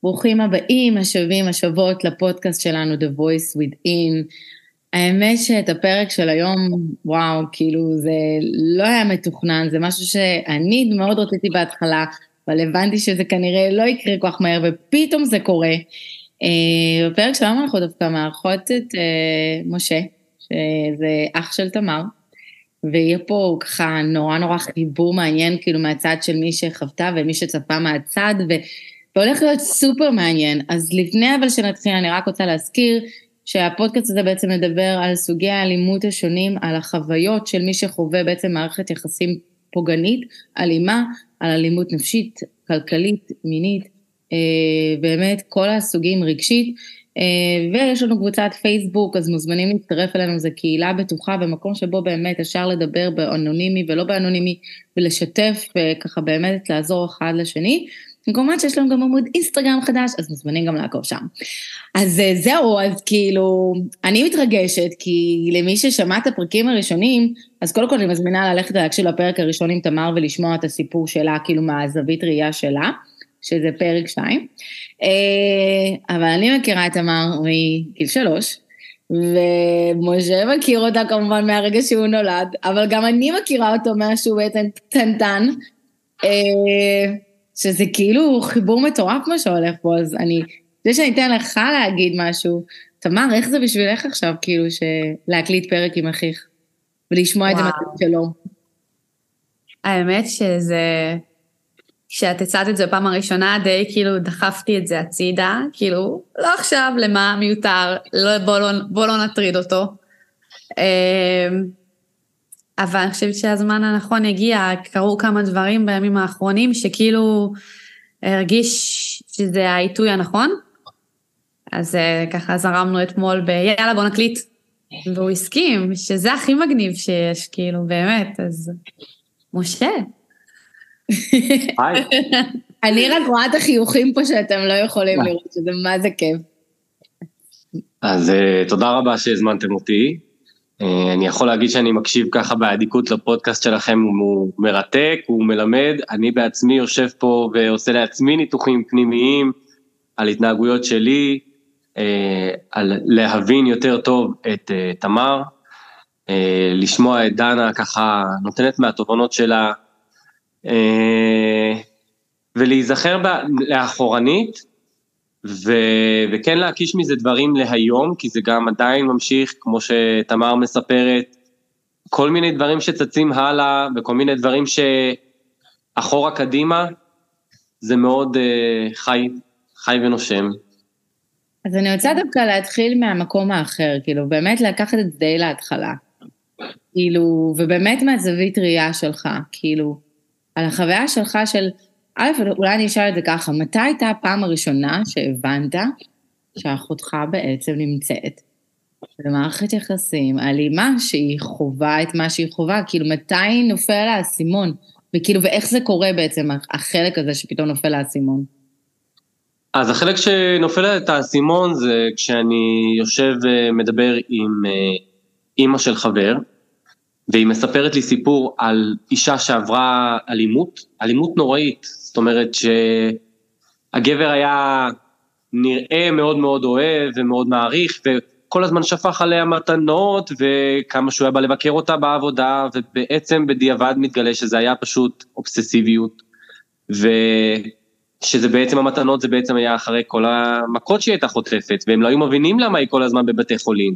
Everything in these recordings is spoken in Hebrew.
ברוכים הבאים, השבים, השבות לפודקאסט שלנו, The Voice Within. האמת שאת הפרק של היום, וואו, כאילו זה לא היה מתוכנן, זה משהו שאני מאוד רציתי בהתחלה, אבל הבנתי שזה כנראה לא יקרה כל כך מהר, ופתאום זה קורה. בפרק שלנו אנחנו דווקא מארחות את משה, שזה אח של תמר, ויהיה פה ככה נורא חיבור מעניין, כאילו מהצד של מי שחוותה ומי שצפה מהצד, והולך להיות סופר מעניין. אז לפני אבל שנתחיל, אני רק רוצה להזכיר, שהפודקאסט הזה בעצם מדבר על סוגי האלימות השונים, על החוויות של מי שחווה בעצם מערכת יחסים פוגענית, אלימה, על אלימות נפשית, כלכלית, מינית, באמת כל הסוגים רגשית, ויש לנו קבוצת פייסבוק, אז מוזמנים להצטרף אלינו, זו קהילה בטוחה, במקום שבו באמת אפשר לדבר באנונימי ולא באנונימי, ולשתף וככה באמת לעזור אחד לשני, וכמובן שיש לנו גם עמוד אינסטגרם חדש, אז מוזמנים גם לעקוב שם. אז זהו, אז כאילו, אני מתרגשת, כי למי ששמע את הפרקים הראשונים, אז קודם כל אני מזמינה ללכת להקשיב לפרק הראשון עם תמר, ולשמוע את הסיפור שלה, כאילו מהזווית ראייה שלה, שזה פרק 2. אבל אני מכירה את תמר מגיל 3, ומשה מכיר אותה כמובן מהרגע שהוא נולד, אבל גם אני מכירה אותו מהשהו בעצם קטנטן, שזה כאילו חיבור מטורף מה שהולך פה, אז זה שאני אתן לך להגיד משהו, תמר, איך זה בשבילך עכשיו, כאילו, להקליט פרק עם אחיך, ולשמוע את זה מהצד שלו? האמת שזה, כשאת הצעת את זה בפעם הראשונה, די כאילו דחפתי את זה הצידה, כאילו, לא עכשיו, למה מיותר, בוא לא נטריד אותו. אבל אני חושבת שהזמן הנכון הגיע, קראו כמה דברים בימים האחרונים, שכאילו הרגיש שזה העיתוי הנכון, אז ככה זרמנו אתמול ביאללה בוא נקליט, והוא הסכים, שזה הכי מגניב שיש, כאילו באמת, אז משה. היי. אני רק רואה את החיוכים פה שאתם לא יכולים לראות, שזה מה זה כיף. אז תודה רבה שהזמנתם אותי. אני יכול להגיד שאני מקשיב ככה בעדיקות לפודקאסט שלכם, הוא מרתק, הוא מלמד, אני בעצמי יושב פה ועושה לעצמי ניתוחים פנימיים על התנהגויות שלי, על להבין יותר טוב את תמר, לשמוע את דנה ככה נותנת מהתובנות שלה, ולהיזכר לאחורנית, וכן להקיש מזה דברים להיום, כי זה גם עדיין ממשיך, כמו שתמר מספרת, כל מיני דברים שצצים הלאה, וכל מיני דברים שאחורה קדימה, זה מאוד חי ונושם. אז אני רוצה דווקא להתחיל מהמקום האחר, כאילו באמת לקחת את זה די להתחלה, כאילו, ובאמת מהזווית ראייה שלך, כאילו, על החוויה שלך של, אולי אני אשאל את זה ככה, מתי הייתה הפעם הראשונה שהבנת שאחותך בעצם נמצאת במערכת יחסים אלימה שהיא חובה את מה שהיא חובה, כאילו מתי נופל לה הסימון, וכאילו ואיך זה קורה בעצם החלק הזה שפתאום נופל לה הסימון? אז החלק שנופל את הסימון זה כשאני יושב ומדבר עם אמא של חבר, והיא מספרת לי סיפור על אישה שעברה אלימות נוראית, זאת אומרת שהגבר היה נראה מאוד מאוד אוהב ומאוד מעריך, וכל הזמן שפך עליה מתנות, וכמה שהוא היה בא לבקר אותה בעבודה, ובעצם בדיעבד מתגלה שזה היה פשוט אובססיביות, ושזה בעצם המתנות, זה בעצם היה אחרי כל המכות שהיא הייתה חוטפת, והם לא היו מבינים למה היא כל הזמן בבתי חולים,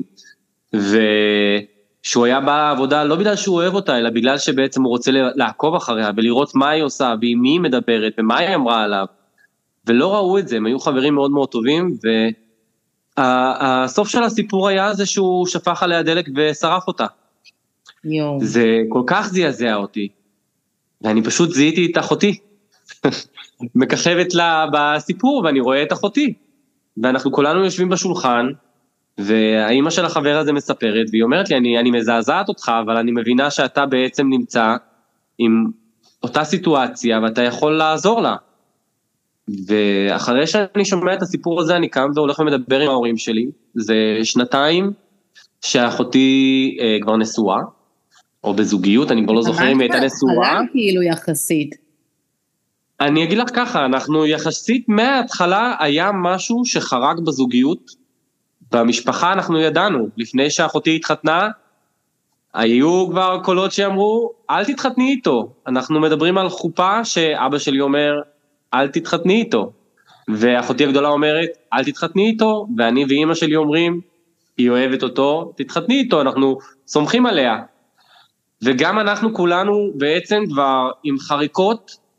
שהוא היה בעבודה לא בגלל שהוא אוהב אותה, אלא בגלל שבעצם הוא רוצה לעקוב אחריה, ולראות מה היא עושה, ועם מי היא מדברת, ומה היא אמרה עליו, ולא ראו את זה, הם היו חברים מאוד מאוד טובים, והסוף של הסיפור היה זה שהוא שפך עליה דלק ושרף אותה. זה כל כך זעזע אותי, ואני פשוט זיהיתי את אחותי, מככבת לה בסיפור, ואני רואה את אחותי, ואנחנו כולנו יושבים בשולחן, והאימא של החבר הזה מספרת, והיא אומרת לי, אני מזעזעת אותך, אבל אני מבינה שאתה בעצם נמצא עם אותה סיטואציה, ואתה יכול לעזור לה. ואחרי שאני שומע את הסיפור הזה, אני קם והולך ומדבר עם ההורים שלי, זה 2 שאחותי כבר נשואה, או בזוגיות, אני כבר לא זוכר אם הייתה נשואה. כאילו יחסית. אני אגיד לך ככה, אנחנו יחסית מההתחלה היה משהו שחרג בזוגיות, במשפחה אנחנו ידענו, לפני שאחותי התחתנה, היו כבר קולות שאמרו, אל תתחתני איתו, אנחנו מדברים על חופה שאבא שלי אומר, אל תתחתני איתו, ואחותי הגדולה אומרת, אל תתחתני איתו, ואני ואמא שלי אומרים, היא אוהבת אותו, תתחתני איתו, אנחנו סומכים עליה, וגם אנחנו כולנו בעצם כבר עם חריקות,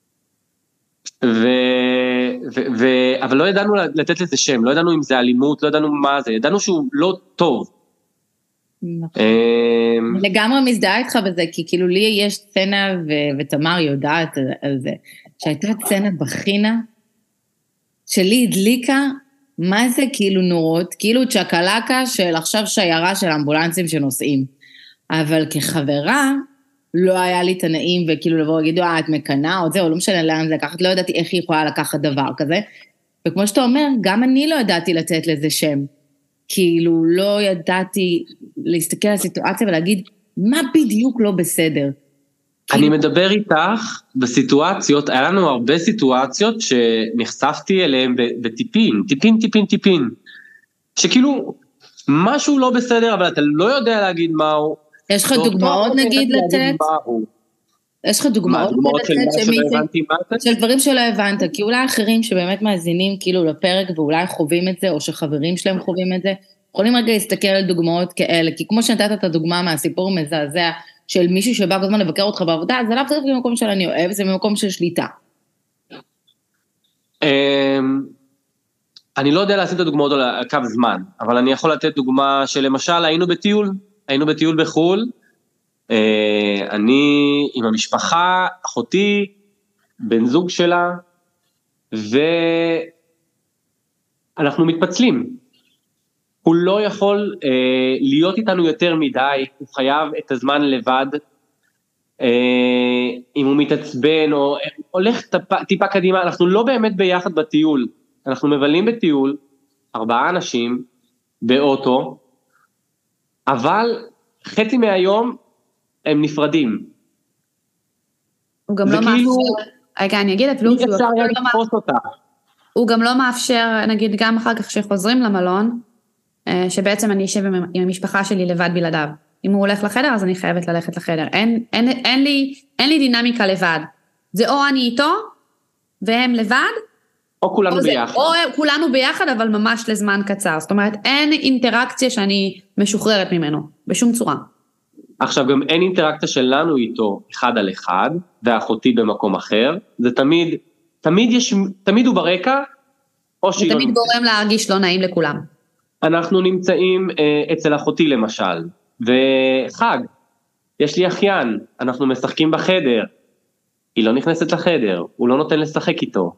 אבל לא ידענו לתת לזה שם, לא ידענו אם זה אלימות, לא ידענו מה זה, ידענו שהוא לא טוב. לגמרי מזדהה איתך בזה, כי כאילו לי יש סצנה, ותמר יודעת על זה, שהייתה סצנה בחינה, שלי הדליקה, מה זה כאילו נורות, כאילו צ'קלקה של עכשיו שיירה של אמבולנסים שנוסעים, אבל כחברה, לא היה לי תנאים, וכאילו לבוא להגיד, את מקנה, או זה, או לא משנה לאן זה לקחת, לא ידעתי איך היא יכולה לקחת דבר כזה, וכמו שאתה אומר, גם אני לא ידעתי לתת לזה שם, כאילו לא ידעתי להסתכל על הסיטואציה ולהגיד, מה בדיוק לא בסדר. אני מדבר איתך בסיטואציות, היה לנו הרבה סיטואציות שנחשפתי אליהן בטיפין, שכאילו משהו לא בסדר, אבל אתה לא יודע להגיד מהו. יש לך דוגמאות נגיד לתת? יש לך דוגמאות של דברים שלא הבנת, כי אולי אחרים שבאמת מאזינים כאילו לפרק ואולי חווים את זה, או שחברים שלהם חווים את זה, יכולים רגע להסתכל על דוגמאות כאלה, כי כמו שנתת את הדוגמה מהסיפור מזעזע, של מישהו שבא כל הזמן לבקר אותך בעבודה, זה לא צריך במקום של אני אוהב, זה במקום של שליטה. אני לא יודע להשים את הדוגמאות על קו זמן, אבל אני יכול לתת דוגמה שלמשל היינו בטיול בחול, אני עם המשפחה, אחותי, בן זוג שלה, ואנחנו מתפצלים. הוא לא יכול להיות איתנו יותר מדי, הוא חייב את הזמן לבד, אם הוא מתעצבן או הולך טיפה קדימה, אנחנו לא באמת ביחד בטיול, אנחנו מבלים בטיול, 4 אנשים באוטו, אבל חצי מהיום הם נפרדים. הוא גם לא מאפשר, רגע, אני אגיד אפילו הוא גם לא מאפשר, נגיד גם אחר כך שחוזרים למלון, שבעצם אני אשב עם המשפחה שלי לבד בלעדיו. אם הוא הולך לחדר, אז אני חייבת ללכת לחדר. אין לי דינמיקה לבד. זה או אני איתו, והם לבד, או כולנו ביחד. או כולנו ביחד, אבל ממש לזמן קצר. זאת אומרת, אין אינטראקציה שאני משוחררת ממנו, בשום צורה. עכשיו גם אין אינטראקציה שלנו איתו אחד על אחד, ואחותי במקום אחר. זה תמיד הוא ברקע, או שהיא... תמיד גורם להרגיש לא נעים לכולם. אנחנו נמצאים אצל אחותי למשל, וחג, יש לי אחיין, אנחנו משחקים בחדר, היא לא נכנסת לחדר, הוא לא נותן לשחק איתו.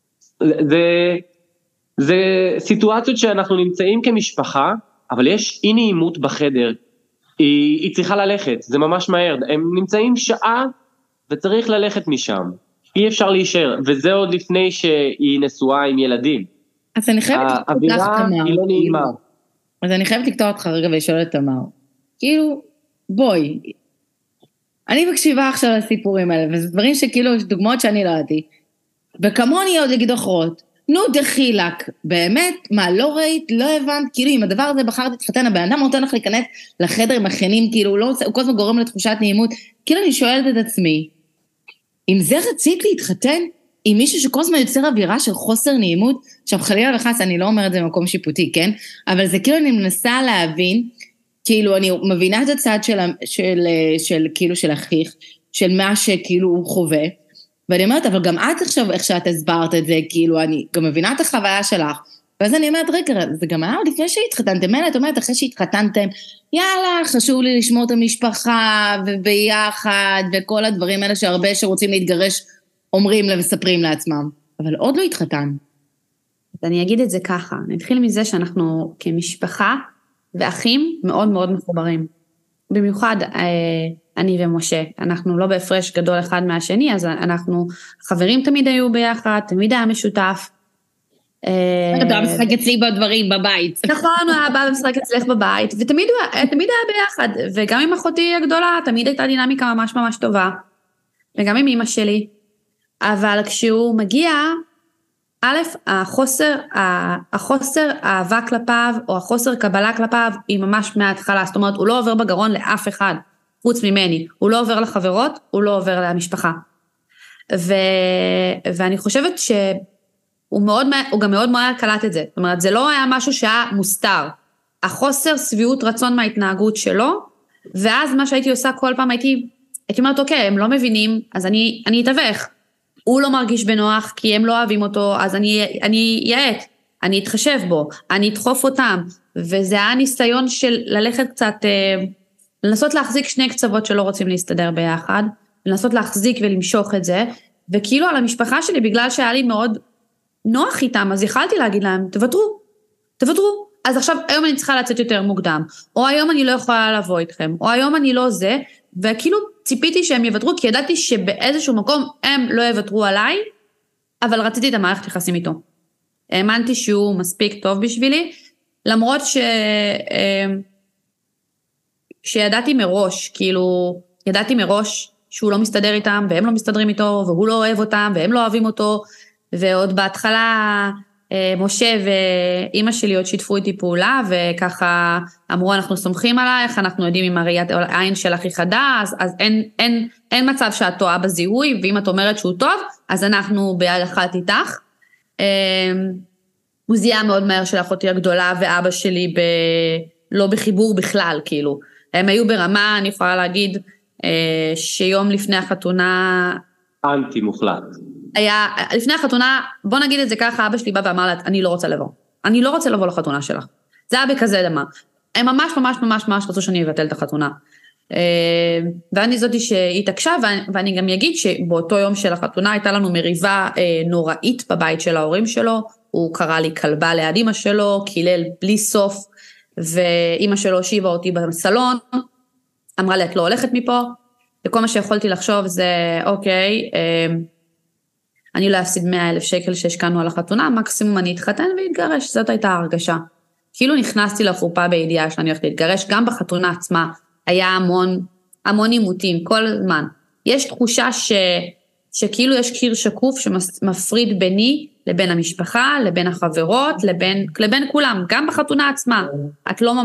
זה סיטואציות שאנחנו נמצאים כמשפחה, אבל יש אי נעימות בחדר, היא צריכה ללכת, זה ממש מהר, הם נמצאים שעה וצריך ללכת משם, אי אפשר להישאר, וזה עוד לפני שהיא נשואה עם ילדים. אז אני חייבת לקטוע אותך תמר. היא לא נעימה. אז אני חייבת לקטוע אותך רגע ולשאול את תמר. כאילו, בואי, אני מקשיבה עכשיו לסיפורים האלה, וזה דברים שכאילו, יש דוגמאות שאני לא ידעתי, וכמוני עוד אגיד אחרות, נו דחילק, באמת, מה, לא ראית, לא הבנת, כאילו, אם הדבר הזה בחרת להתחתן, הבן אדם נותן לך להיכנס לחדר עם אחיינים, כאילו, הוא כל הזמן גורם לתחושת נעימות, כאילו אני שואלת את עצמי, אם זה רצית להתחתן, עם מישהו שכל הזמן יוצר אווירה של חוסר נעימות, עכשיו חלילה וחס, אני לא אומרת את זה במקום שיפוטי, כן? אבל זה כאילו אני מנסה להבין, כאילו אני מבינה את הצד כאילו של אחיך, של מה שכאילו הוא חווה, ואני אומרת, אבל גם את עכשיו, איך שאת הסברת את זה, כאילו אני גם מבינה את החוויה שלך, ואז אני אומרת, רגע, זה גם היה לפני שהתחתנתם, את אומרת, אחרי שהתחתנתם, יאללה, חשוב לי לשמור את המשפחה, וביחד, וכל הדברים האלה שהרבה שרוצים להתגרש, אומרים ומספרים לעצמם, אבל עוד לא התחתן. אז אני אגיד את זה ככה, נתחיל מזה שאנחנו כמשפחה ואחים מאוד מאוד מחוברים. במיוחד אני ומשה, אנחנו לא בהפרש גדול אחד מהשני, אז אנחנו חברים תמיד היו ביחד, תמיד היה משותף. אתה משחק אצלי בדברים בבית. נכון, הוא היה בא ומשחק אצלך בבית, ותמיד היה ביחד, וגם עם אחותי הגדולה, תמיד הייתה דינמיקה ממש ממש טובה, וגם עם אמא שלי. אבל כשהוא מגיע, א', החוסר אהבה כלפיו, או החוסר קבלה כלפיו, היא ממש מההתחלה, זאת אומרת, הוא לא עובר בגרון לאף אחד, חוץ ממני, הוא לא עובר לחברות, הוא לא עובר למשפחה. ואני חושבת שהוא גם מאוד מהר קלט את זה, זאת אומרת, זה לא היה משהו שהיה מוסתר, החוסר סביעות רצון מההתנהגות שלו, ואז מה שהייתי עושה כל פעם, הייתי אומרת, אוקיי, הם לא מבינים, אז אני אתווך, הוא לא מרגיש בנוח, כי הם לא אוהבים אותו, אז אני יעט, אני אתחשב בו, אני אדחוף אותם, וזה היה ניסיון של ללכת קצת, לנסות להחזיק שני קצוות שלא רוצים להסתדר ביחד, לנסות להחזיק ולמשוך את זה, וכאילו על המשפחה שלי, בגלל שהיה לי מאוד נוח איתם, אז יכלתי להגיד להם, תוותרו, אז עכשיו היום אני צריכה לצאת יותר מוקדם, או היום אני לא יכולה לבוא איתכם, או היום אני לא זה, וכאילו ציפיתי שהם יוותרו, כי ידעתי שבאיזשהו מקום הם לא יוותרו עליי, אבל רציתי את המערכת יחסים איתו. האמנתי שהוא מספיק טוב בשבילי, למרות שידעתי מראש, כאילו, ידעתי מראש שהוא לא מסתדר איתם, והם לא מסתדרים איתו, והוא לא אוהב אותם, והם לא אוהבים אותו, ועוד בהתחלה משה ואימא שלי עוד שיתפו איתי פעולה, וככה אמרו, אנחנו סומכים עלייך, אנחנו יודעים אם הראיית העין שלך היא חדה, אז אין מצב שאת טועה בזיהוי, ואם את אומרת שהוא טוב, אז אנחנו ביד אחת איתך. הוא זיהה מאוד מהר של אחותי הגדולה, ואבא שלי לא בחיבור בכלל, כאילו. הם היו ברמה, אני יכולה להגיד, שיום לפני החתונה... אנטי מוחלט. היה, לפני החתונה, בוא נגיד את זה ככה, אבא שלי בא ואמר לה, אני לא רוצה לבוא. אני לא רוצה לבוא לחתונה שלך. זה היה בכזה דמה. הם ממש רצו שאני אבטל את החתונה. ואני זאתי שהתעקשה, ואני גם אגיד שבאותו יום של החתונה, הייתה לנו מריבה נוראית בבית של ההורים שלו, הוא קרא לי כלבה ליד אמא שלו, קילל בלי סוף, ואמא שלו הושיבה אותי בסלון, אמרה לי, את לא הולכת מפה, וכל מה שיכולתי לחשוב זה, אוקיי, אני לא אפסיד 100,000 שקל שהשקענו על החתונה, מקסימום אני אתחתן והתגרש, זאת הייתה הרגשה. כאילו נכנסתי לחופה בידיעה שאני הולכת להתגרש, גם בחתונה עצמה היה המון עימותים, כל הזמן. יש תחושה שכאילו יש קיר שקוף שמפריד ביני לבין המשפחה, לבין החברות, לבין כולם, גם בחתונה עצמה. את לא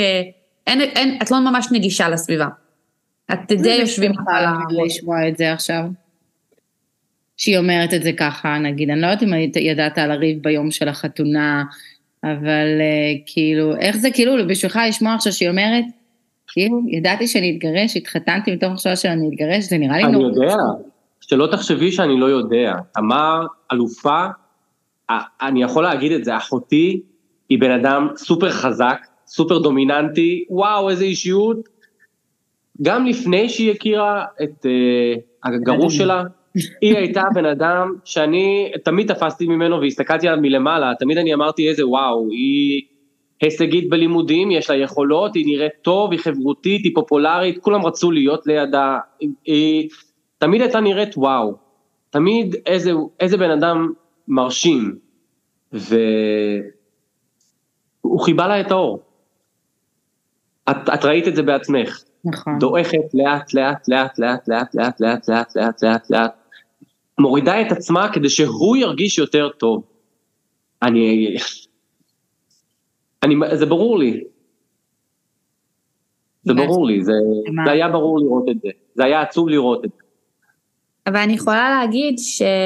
ממש נגישה לסביבה. את די יושבים על לשמוע את זה עכשיו. שהיא אומרת את זה ככה, נגיד, אני לא יודעת אם ידעת על הריב ביום של החתונה, אבל כאילו, איך זה כאילו, בשבילך לשמוע עכשיו שהיא אומרת, כאילו, ידעתי שאני אתגרש, התחתנתי מתוך עכשיו שאני אתגרש, זה נראה לי אני יודע, שלא תחשבי שאני לא יודע, אמר, אלופה, אני יכול להגיד את זה, אחותי היא בן אדם סופר חזק, סופר דומיננטי, וואו, איזה אישיות, גם לפני שהיא הכירה את הגרוש שלה, היא הייתה בן אדם שאני תמיד תפסתי ממנו והסתכלתי עליו מלמעלה, תמיד אני אמרתי איזה וואו, היא הישגית בלימודים, יש לה יכולות, היא נראית טוב, היא חברותית, היא פופולרית, כולם רצו להיות לידה, היא תמיד הייתה נראית וואו, תמיד איזה בן אדם מרשים, והוא חיבה לה את האור. את ראית את זה בעצמך. נכון. דועכת לאט, מורידה את עצמה כדי שהוא ירגיש יותר טוב. זה ברור לי. זה ברור לי, זה היה ברור לראות את זה. זה היה עצוב לראות את זה. אבל אני יכולה להגיד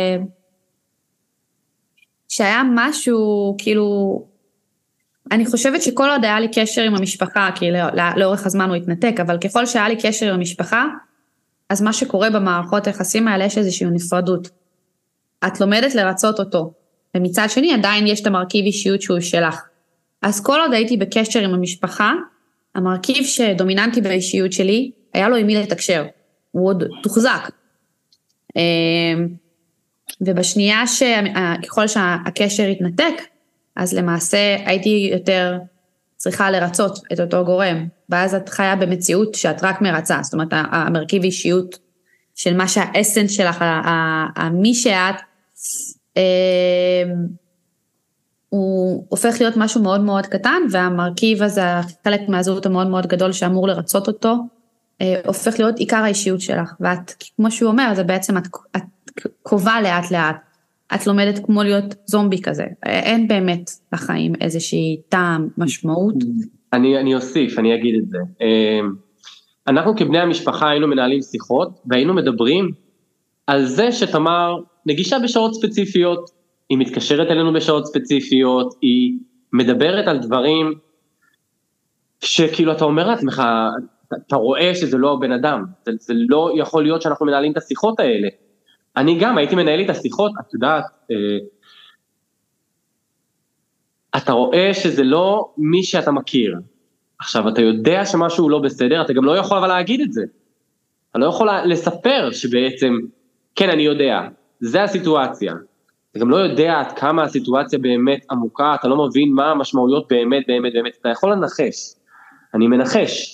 שהיה משהו, כאילו, אני חושבת שכל עוד היה לי קשר עם המשפחה, כי לאורך הזמן הוא התנתק, אבל ככל שהיה לי קשר עם המשפחה, אז מה שקורה במערכות היחסים האלה יש איזושהי נפרדות. את לומדת לרצות אותו, ומצד שני עדיין יש את המרכיב אישיות שהוא שלך. אז כל עוד הייתי בקשר עם המשפחה, המרכיב שדומיננטי באישיות שלי, היה לו עם מי לתקשר, הוא עוד תוחזק. ובשנייה ככל שהקשר התנתק, אז למעשה הייתי יותר צריכה לרצות את אותו גורם, ואז את חיה במציאות שאת רק מרצה, זאת אומרת, המרכיב אישיות של מה שהאסנס שלך, מי שאת, הוא הופך להיות משהו מאוד מאוד קטן, והמרכיב הזה, חלק מהזהות המאוד מאוד גדול שאמור לרצות אותו, הופך להיות עיקר האישיות שלך, ואת, כמו שהוא אומר, זה בעצם את קובע לאט לאט. את לומדת כמו להיות זומבי כזה. אין באמת לחיים איזושהי טעם, משמעות. אני אוסיף, אני אגיד את זה. אנחנו כבני המשפחה היינו מנהלים שיחות, והיינו מדברים על זה שתמר נגישה בשעות ספציפיות, היא מתקשרת אלינו בשעות ספציפיות, היא מדברת על דברים שכאילו אתה אומר לעצמך, אתה רואה שזה לא בן אדם, זה לא יכול להיות שאנחנו מנהלים את השיחות האלה. אני גם הייתי מנהל את השיחות, את יודעת, אתה רואה שזה לא מי שאתה מכיר. עכשיו, אתה יודע שמשהו לא בסדר, אתה גם לא יכול אבל להגיד את זה. אתה לא יכול לספר שבעצם, כן, אני יודע, זה הסיטואציה. אתה גם לא יודע עד כמה הסיטואציה באמת עמוקה, אתה לא מבין מה המשמעויות באמת, באמת, באמת. אתה יכול לנחש. אני מנחש.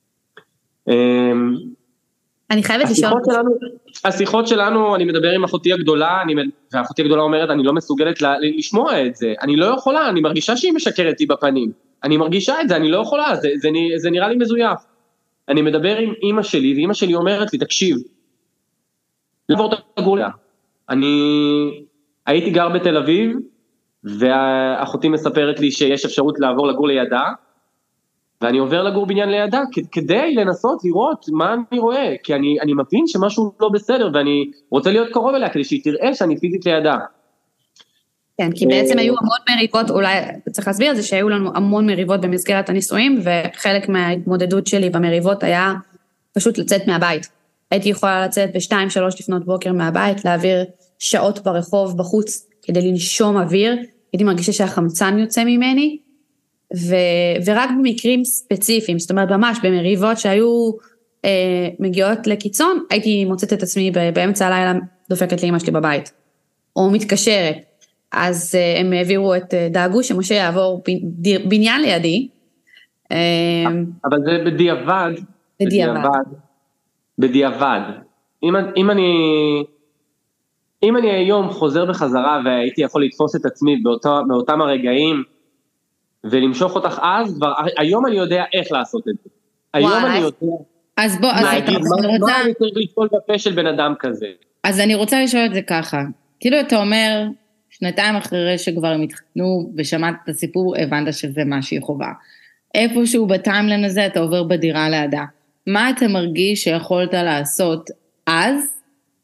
אני חייבת לשאול. השיחות שלנו, אני מדבר עם אחותי הגדולה, ואחותי הגדולה אומרת, אני לא מסוגלת לשמוע את זה. אני לא יכולה, אני מרגישה שהיא משקרת לי בפנים. אני מרגישה את זה, אני לא יכולה, זה נראה לי מזויף. אני מדבר עם אמא שלי, ואמא שלי אומרת לי, תקשיב, לעבור את הגורלה. אני הייתי גר בתל אביב, ואחותי מספרת לי שיש אפשרות לעבור לגור לידה, ואני עובר לגור בניין לידה, כדי לנסות לראות מה אני רואה, כי אני מבין שמשהו לא בסדר, ואני רוצה להיות קרוב אליה, כדי שהיא תראה שאני פיזית לידה. כן, כי בעצם היו המון מריבות, אולי צריך להסביר את זה, שהיו לנו המון מריבות במסגרת הנישואים, וחלק מההתמודדות שלי במריבות היה פשוט לצאת מהבית. הייתי יכולה לצאת ב2-3 לפנות בוקר מהבית, להעביר שעות ברחוב, בחוץ, כדי לנשום אוויר, הייתי מרגישה שהחמצן יוצא ממני, ורק במקרים ספציפיים, זאת אומרת ממש במריבות שהיו מגיעות לקיצון, הייתי מוצאת את עצמי באמצע הלילה דופקת לאמא שלי בבית, או מתקשרת, אז הם העבירו דאגו שמשה יעבור בניין לידי. אבל זה בדיעבד. אם אני היום חוזר בחזרה, והייתי יכול לתפוס את עצמי באותם הרגעים, ולמשוך אותך אז, היום אני יודע איך לעשות את זה. היום אני יודע... אז בוא, אז אתה רוצה... מה אני צריך לשאול בפה של בן אדם כזה? אז אני רוצה לשאול את זה ככה. כאילו אתה אומר, 2 אחרי שכבר הם התחתנו, ושמעת את הסיפור, הבנת שזה מה שהיא חובה. איפשהו בטיימלן הזה, אתה עובר בדירה לידה. מה אתה מרגיש שיכולת לעשות אז?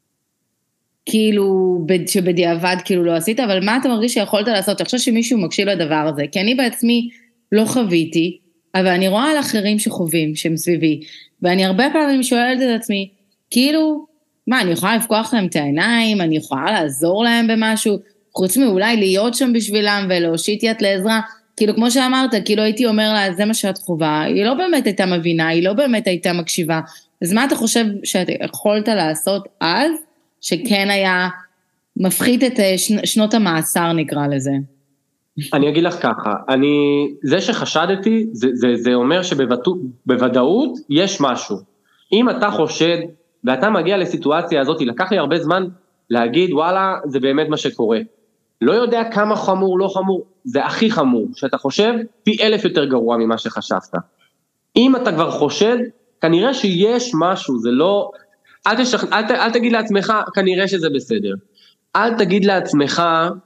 כאילו, שבדיעבד כאילו לא עשית, אבל מה אתה מרגיש שיכולת לעשות? אני חושב שמישהו מקשיב לדבר הזה, כי אני בעצמי לא חוויתי, אבל אני רואה על אחרים שחווים, שהם סביבי, ואני הרבה פעמים שואלת את עצמי, כאילו, מה, אני יכולה לפקוח להם את העיניים, אני יכולה לעזור להם במשהו, חוץ מאולי להיות שם בשבילם ולהושיט יד לעזרה, כאילו כמו שאמרת, כאילו הייתי אומר לה, זה מה שאת חובה, היא לא באמת הייתה מבינה, היא לא באמת הייתה מקשיבה, אז מה אתה חושב שאת יכולת לעשות אז, שכן היה מפחית את שנות המאסר נקרא לזה? אני אגיד לך ככה, זה שחשדתי, זה אומר שבוודאות יש משהו. אם אתה חושד, ואתה מגיע לסיטואציה הזאת, לקח לי הרבה זמן להגיד, וואלה, זה באמת מה שקורה. לא יודע כמה חמור, לא חמור, זה הכי חמור, שאתה חושב פי 1000 יותר גרוע ממה שחשבת. אם אתה כבר חושד, כנראה שיש משהו, זה לא... אל תגיד לעצמך, כנראה שזה בסדר. אל תגיד לעצמך,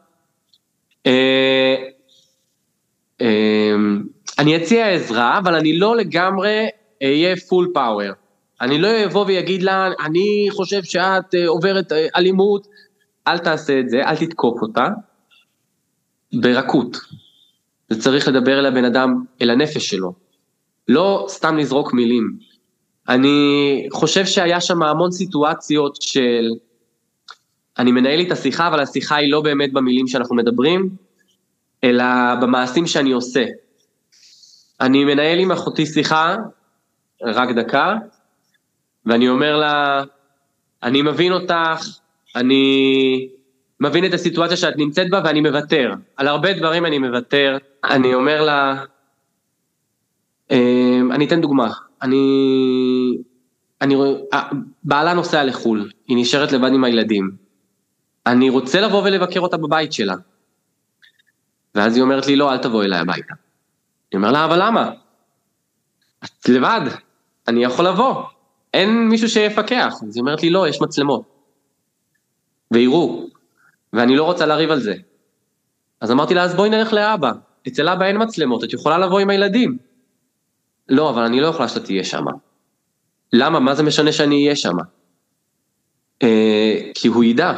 אני אציע עזרה, אבל אני לא לגמרי אהיה פול פאוור. אני לא אבוא ויגיד לה, אני חושב שאת עוברת אלימות, אל תעשה את זה, אל תתקוף אותה, ברכות. זה צריך לדבר אל הבן אדם, אל הנפש שלו. לא סתם לזרוק מילים. אני חושב שהיה שם המון סיטואציות של, אני מנהל לי את השיחה, אבל השיחה היא לא באמת במילים שאנחנו מדברים, אלא במעשים שאני עושה. אני מנהל עם אחותי שיחה, רק דקה, ואני אומר לה, אני מבין אותך, אני מבין את הסיטואציה שאת נמצאת בה, ואני מוותר. על הרבה דברים אני מוותר. אני אומר לה, אני אתן דוגמה. בעלה נוסע לחול, היא נשארת לבד עם הילדים. אני רוצה לבוא ולבקר אותה בבית שלה. ואז היא אומרת לי, לא, אל תבוא אליי הביתה. אני אומר לה, אבל למה? את לבד, אני יכול לבוא. אין מישהו שיפקח. אז היא אומרת לי, לא, יש מצלמות. ויראו, ואני לא רוצה להריב על זה. אז אמרתי לה, אז בואי נלך לאבא, אצל אבא אין מצלמות, את יכולה לבוא עם הילדים. לא, אבל אני לא יכולה שאתה תהיה שם. למה? מה זה משנה שאני אהיה שם? כי הוא ידע.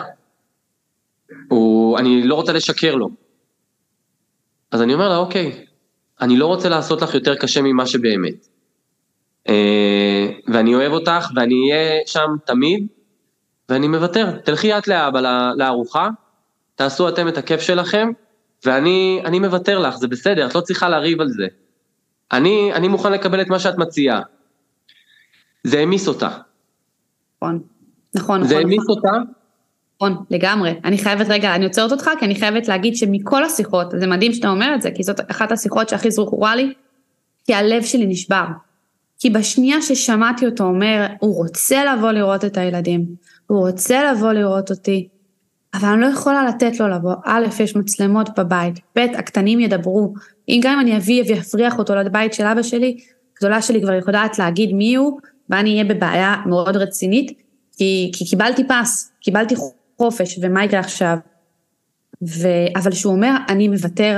אני לא רוצה לשקר לו. אז אני אומר לה, אוקיי, אני לא רוצה לעשות לך יותר קשה ממה שבאמת. ואני אוהב אותך, ואני אהיה שם תמיד, ואני מוותר. תלכי את לאבא לארוחה, תעשו אתם את הכיף שלכם, ואני מוותר לך, זה בסדר, את לא צריכה להריב על זה. אני מוכן לקבל את מה שאת מציעה. זה המיס אותה. נכון. זה המיס אותה. נכון, לגמרי. אני חייבת, רגע, אני עוצרת אותך, כי אני חייבת להגיד שמכל השיחות, זה מדהים שאתה אומר את זה, כי זאת אחת השיחות שהכי זכורה לי, כי הלב שלי נשבר. כי בשנייה ששמעתי אותו אומר, הוא רוצה לבוא לראות את הילדים, הוא רוצה לבוא לראות אותי, אבל אני לא יכולה לתת לו לבוא. א', יש מצלמות בבית, ב', הקטנים ידברו, גם אם אני אביא ויפריח אותו לבית של אבא שלי, גדולה שלי כבר יודעת להגיד מי הוא, ואני אהיה בבעיה מאוד רצינית, כי קיבלתי פס, קיבלתי חופש, ומה יקרה עכשיו? אבל שהוא אומר, אני מוותר,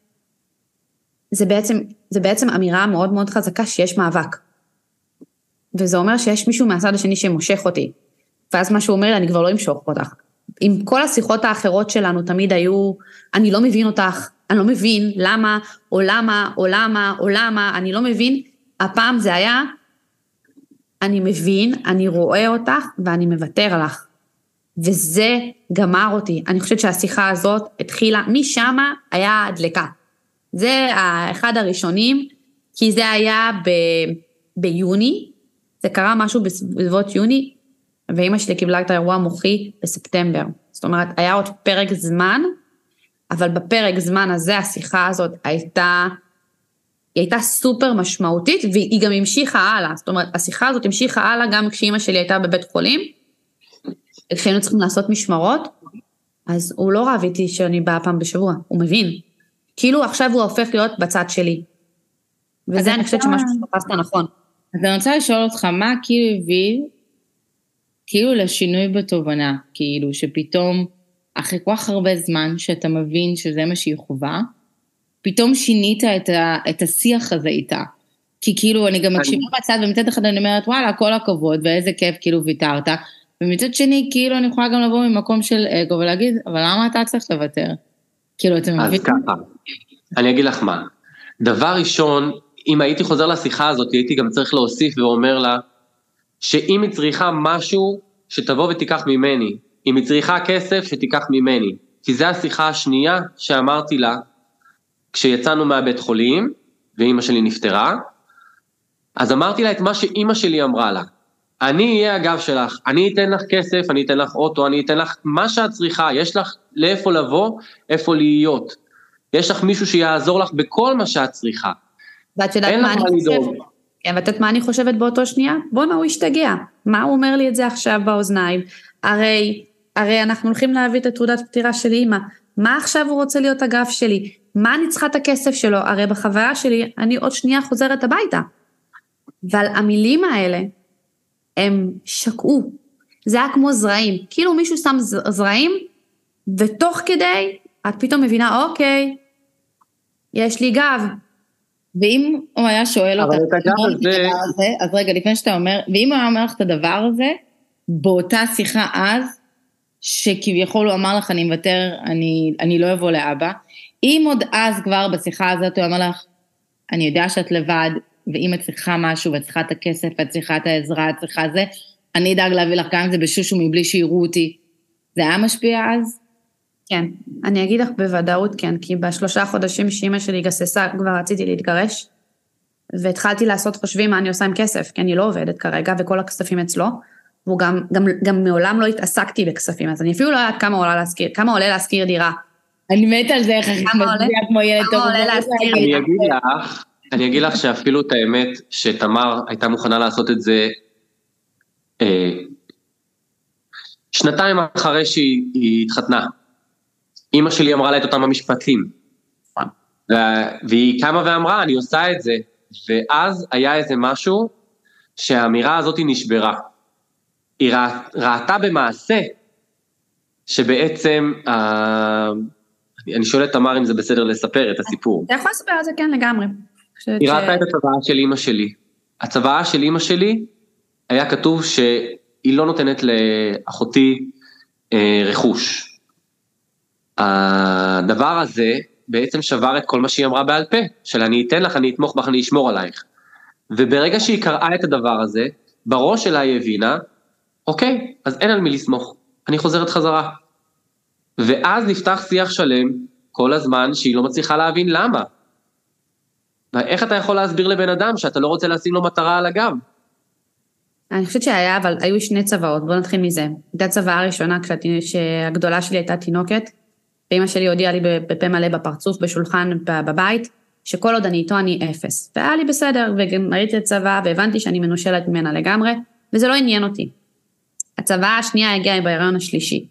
זה בעצם אמירה מאוד מאוד חזקה שיש מאבק. וזה אומר שיש מישהו מהצד השני שמושך אותי. ואז מה שהוא אומר לי, אני כבר לא אמשוך אותך. עם כל השיחות האחרות שלנו תמיד היו, אני לא מבין אותך, אני לא מבין למה, או למה, או למה, או למה, אני לא מבין. הפעם זה היה, אני מבין, אני רואה אותך, ואני מוותר לך. וזה גמר אותי. אני חושבת שהשיחה הזאת התחילה, משם היה דלקה. זה אחד הראשונים, כי זה היה ביוני, זה קרה משהו בסביבות יוני, ואמא שלי קיבלה את האירוע המוחי בספטמבר. זאת אומרת, היה עוד פרק זמן, אבל בפרק זמן הזה, השיחה הזאת הייתה סופר משמעותית, והיא גם המשיכה הלאה. זאת אומרת, השיחה הזאת המשיכה הלאה, גם כשאמא שלי הייתה בבית חולים, כשהיינו צריכים לעשות משמרות, אז הוא לא רב איתי שאני באה פעם בשבוע, הוא מבין. כאילו עכשיו הוא הופך להיות בצד שלי. וזה אני חושבת שמשהו שתפסת נכון. אז אני רוצה לשאול אותך, מה כאילו הביא, כאילו לשינוי בתובנה, כאילו שפתאום, אחרי כל כך הרבה זמן שאתה מבין שזה מה שהיא חובה, פתאום שינית את השיח הזה איתה. כי כאילו אני גם מקשיבה בצד, ומצד אחד אני אומרת, וואלה, כל הכבוד, ואיזה כיף כאילו ויתרת, ומצד שני, כאילו אני יכולה גם לבוא ממקום של אגו, ולהגיד, אבל למה אתה צריך לוותר? כאילו, אתם מבינים? אז ככה, אני אגיד לך מה. דבר ראשון, אם הייתי חוזר לשיחה הזאת, הייתי גם צריך להוסיף ואומר לה, שאם היא צריכה משהו, שתבוא ותיקח ממני. אם היא צריכה כסף, שתיקח ממני. כי זו השיחה השנייה שאמרתי לה, כשיצאנו מהבית חולים, ואמא שלי נפטרה, אז אמרתי לה את מה שאמא שלי אמרה לה. אני אהיה הגב שלך, אני אתן לך כסף, אני אתן לך אוטו, אני אתן לך מה שאת צריכה, יש לך לאיפה לבוא, איפה להיות. יש לך מישהו שיעזור לך בכל מה שאת צריכה. ואת יודעת מה אני חושבת? כן, ואת יודעת מה אני חושבת באותו שנייה? בוא'נה, הוא השתגע. מה הוא אומר לי את זה עכשיו באוזניים? הרי אנחנו הולכים להביא את תעודת פטירה של אמא. מה עכשיו הוא רוצה להיות הגב שלי? מה אני צריכה את הכסף שלו? הרי בחוויה שלי, אני עוד שנייה חוזרת הביתה. ועל המילים האלה, הם שקעו. זה היה כמו זרעים. כאילו מישהו שם זרעים, ותוך כדי, את פתאום מבינה, אוקיי, יש לי גב. ואם הוא היה שואל אותך, אז רגע, לפני שאתה אומר, ואם הוא היה אומר לך את הדבר הזה, באותה שיחה אז, שכביכול הוא אמר לך, אני מוותר, אני לא אבוא לאבא, אם עוד אז כבר בשיחה הזאת, הוא אמר לך, אני יודע שאת לבד, ואם את צריכה משהו, ואת צריכה את הכסף, ואת צריכה את העזרה, את צריכה זה, אני אדאג להביא לך גם אם זה בשושו מבלי שיראו אותי. זה היה משפיע אז? כן, אני אגיד לך בוודאות כן, כי ב3 חודשים שאמא שלי גססה, כבר רציתי להתגרש, והתחלתי לעשות חושבים מה אני עושה עם כסף, כי אני לא עובדת כרגע, וכל הכספים אצלו, והוא גם מעולם לא התעסקתי בכספים, אז אני אפילו לא יודעת כמה עולה להשכיר דירה. אני מת על זה, איך אני מצביעה כמו ילד טוב. כמה עולה להשכיר דירה. אני אגיד לך שאפילו את האמת, שתמר הייתה מוכנה לעשות את זה, 2 אחרי שהיא התחתנה. אמא שלי אמרה לה את אותם המשפטים. והיא קמה ואמרה, אני עושה את זה. ואז היה איזה משהו, שהאמירה הזאת נשברה. היא ראתה במעשה, שבעצם, אני שואל את תמר אם זה בסדר לספר את הסיפור. אתה יכול לספר את זה, כן, לגמרי. היא ראתה את הצוואה של אמא שלי. הצוואה של אמא שלי, היה כתוב שהיא לא נותנת לאחותי רכוש. הדבר הזה בעצם שבר את כל מה שהיא אמרה בעל פה, של אני אתן לך, אני אתמוך בך, אני אשמור עלייך. וברגע שהיא קראה את הדבר הזה, בראש שלה היא הבינה, אוקיי, אז אין על מי לסמוך, אני חוזרת חזרה. ואז נפתח שיח שלם כל הזמן שהיא לא מצליחה להבין למה. ואיך אתה יכול להסביר לבן אדם שאתה לא רוצה לשים לו מטרה על הגב? אני חושבת שהיה, אבל היו שני צוואות, בואו נתחיל מזה. הייתה צוואה הראשונה כשהגדולה שלי הייתה תינוקת, ואמא שלי הודיעה לי בפה מלא בפרצוף, בשולחן בבית, שכל עוד אני איתו אני אפס. והיה לי בסדר, וגם ראיתי את צוואה, והבנתי שאני מנושלת ממנה לגמרי, וזה לא עניין אותי. הצוואה השנייה הגיעה בהיריון השלישי.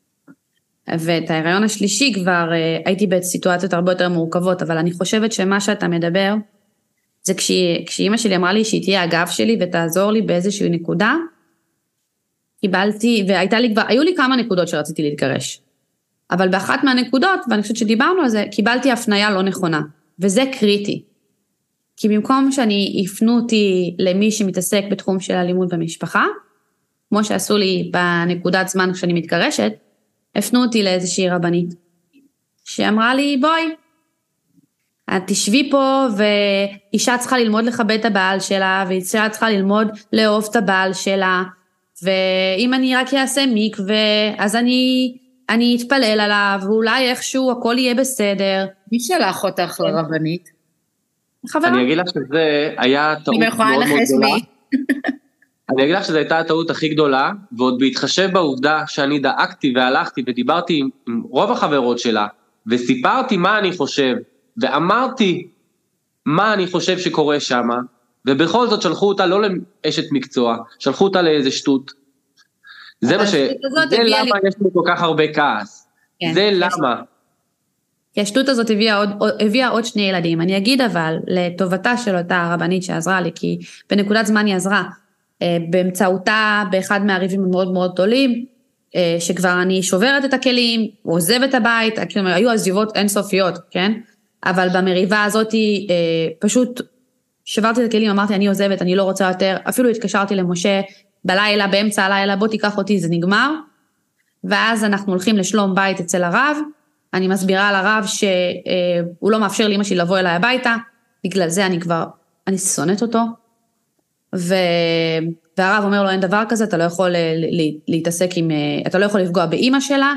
ואת ההיריון השלישי כבר הייתי בסיטואציות הרבה יותר מורכבות, אבל אני חושבת שמה שאתה מדבר, זה כשאמא שלי אמרה לי שהיא תהיה הגב שלי ותעזור לי באיזושהי נקודה, קיבלתי, היו לי כמה נקודות שרציתי להתגרש. אבל באחת מהנקודות, ואני חושבת שדיברנו על זה, קיבלתי הפניה לא נכונה, וזה קריטי. כי במקום שאני הפנו אותי למי שמתעסק בתחום של אלימות במשפחה, כמו שעשו לי בנקודת זמן כשאני מתגרשת, הפנו אותי לאיזושהי רבנית, שאמרה לי, בואי, את תשבי פה, ואישה צריכה ללמוד לכבד את הבעל שלה, ואישה צריכה ללמוד לאהוב את הבעל שלה, ואם אני רק אעשה מקווה, אז אני אתפלל עליו, ואולי איכשהו הכל יהיה בסדר. מי שלח אותך לרבנית? חברה. אני אגיד לך שזה היה טעות מאוד מאוד גדולה. אני אגיד לך שזו הייתה הטעות הכי גדולה, ועוד בהתחשב בעובדה שאני דאגתי והלכתי ודיברתי עם רוב החברות שלה, וסיפרתי מה אני חושב, ואמרתי מה אני חושב שקורה שם, ובכל זאת שלחו אותה לא לאשת מקצוע, שלחו אותה לאיזה שטות. זה מה זה למה יש לי כל כך הרבה כעס. זה למה. כי השטות הזאת הביאה עוד שני ילדים. אני אגיד אבל, לטובתה של אותה הרבנית שעזרה לי, כי בנקודת זמן היא עזרה, באמצעותה באחד מהריבים המאוד מאוד גדולים, שכבר אני שוברת את הכלים, עוזב את הבית, היו עזיבות אינסופיות, כן? אבל במריבה הזאת פשוט שברתי את הכלים, אמרתי אני עוזבת, אני לא רוצה יותר, אפילו התקשרתי למשה בלילה, באמצע הלילה, בוא תיקח אותי, זה נגמר, ואז אנחנו הולכים לשלום בית אצל הרב, אני מסבירה לרב שהוא לא מאפשר לאמא שלי לבוא אליי הביתה, בגלל זה אני שונאת אותו, והרב אומר לו אין דבר כזה, אתה לא יכול להתעסק אתה לא יכול לפגוע באמא שלה,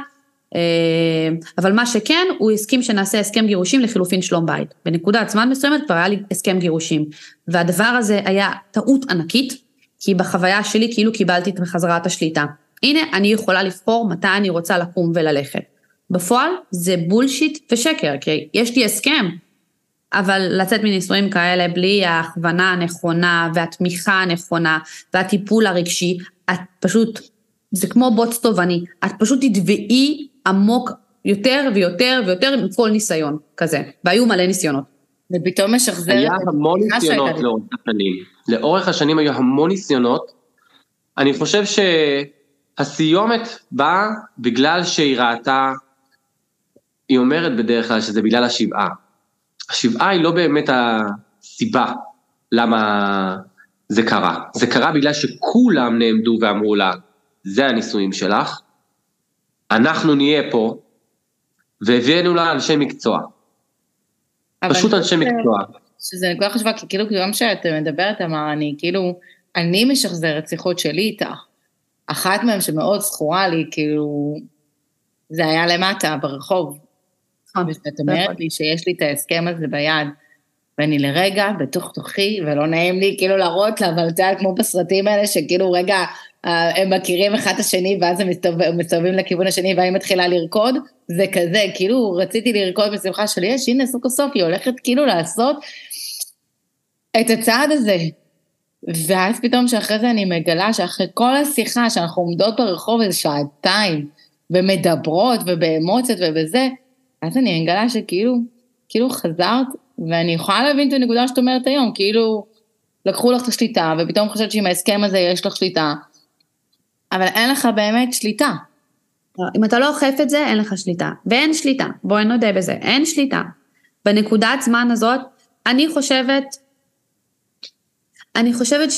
אבל מה שכן, הוא הסכים שנעשה הסכם גירושים לחילופין שלום בית. בנקודת זמן מסוימת כבר היה לי הסכם גירושים, והדבר הזה היה טעות ענקית, כי בחוויה שלי כאילו קיבלתי את חזרת השליטה. הנה, אני יכולה לבחור מתי אני רוצה לקום וללכת. בפועל זה בולשיט ושקר, כי יש לי הסכם, אבל לצאת מנישואים כאלה בלי ההכוונה הנכונה, והתמיכה הנכונה, והטיפול הרגשי, את פשוט, זה כמו בוץ טובעני, את פשוט תדבעי עמוק יותר ויותר ויותר עם כל ניסיון כזה, והיו מלא ניסיונות. ופתאום משחזרת. היה המון ניסיונות לאורך השנים, לאורך השנים היו המון ניסיונות, אני חושב שהסיומת באה בגלל שהיא ראתה, היא אומרת בדרך כלל שזה בגלל השבעה, השבעה היא לא באמת הסיבה למה זה קרה, זה קרה בגלל שכולם נעמדו ואמרו לה, זה הנישואים שלך, אנחנו נהיה פה, והבאנו לה אנשי מקצוע, פשוט אנשי מקצוע. שזה נקודה חשובה, כי כאילו גם שאת מדברת, אמר, אני משחזרת שיחות שלי איתך, אחת מהן שמאוד זכורה לי, כאילו, זה היה למטה ברחוב, ואת אומרת לי שיש לי את ההסכם הזה ביד, ואני לרגע בתוך תוכי, ולא נעים לי כאילו להראות לה, אבל זה היה כמו בסרטים האלה, שכאילו רגע הם מכירים אחד את השני, ואז הם מסתובבים לכיוון השני, והיא מתחילה לרקוד, זה כזה, כאילו רציתי לרקוד בשמחה שלי, הנה סוף סוף, היא הולכת כאילו לעשות את הצעד הזה, ואז פתאום שאחרי זה אני מגלה, שאחרי כל השיחה, שאנחנו עומדות ברחוב איזה שעתיים, ומדברות ובאמוציות ובזה, אז אני מגלה שכאילו חזרת, ואני יכולה להבין את הנקודה שאת אומרת היום, כאילו לקחו לך את השליטה, ופתאום חושבת שעם ההסכם הזה יש לך שליטה, אבל אין לך באמת שליטה. אם אתה לא אוכף את זה, אין לך שליטה. ואין שליטה, בואי נודה בזה, אין שליטה. בנקודת זמן הזאת, אני חושבת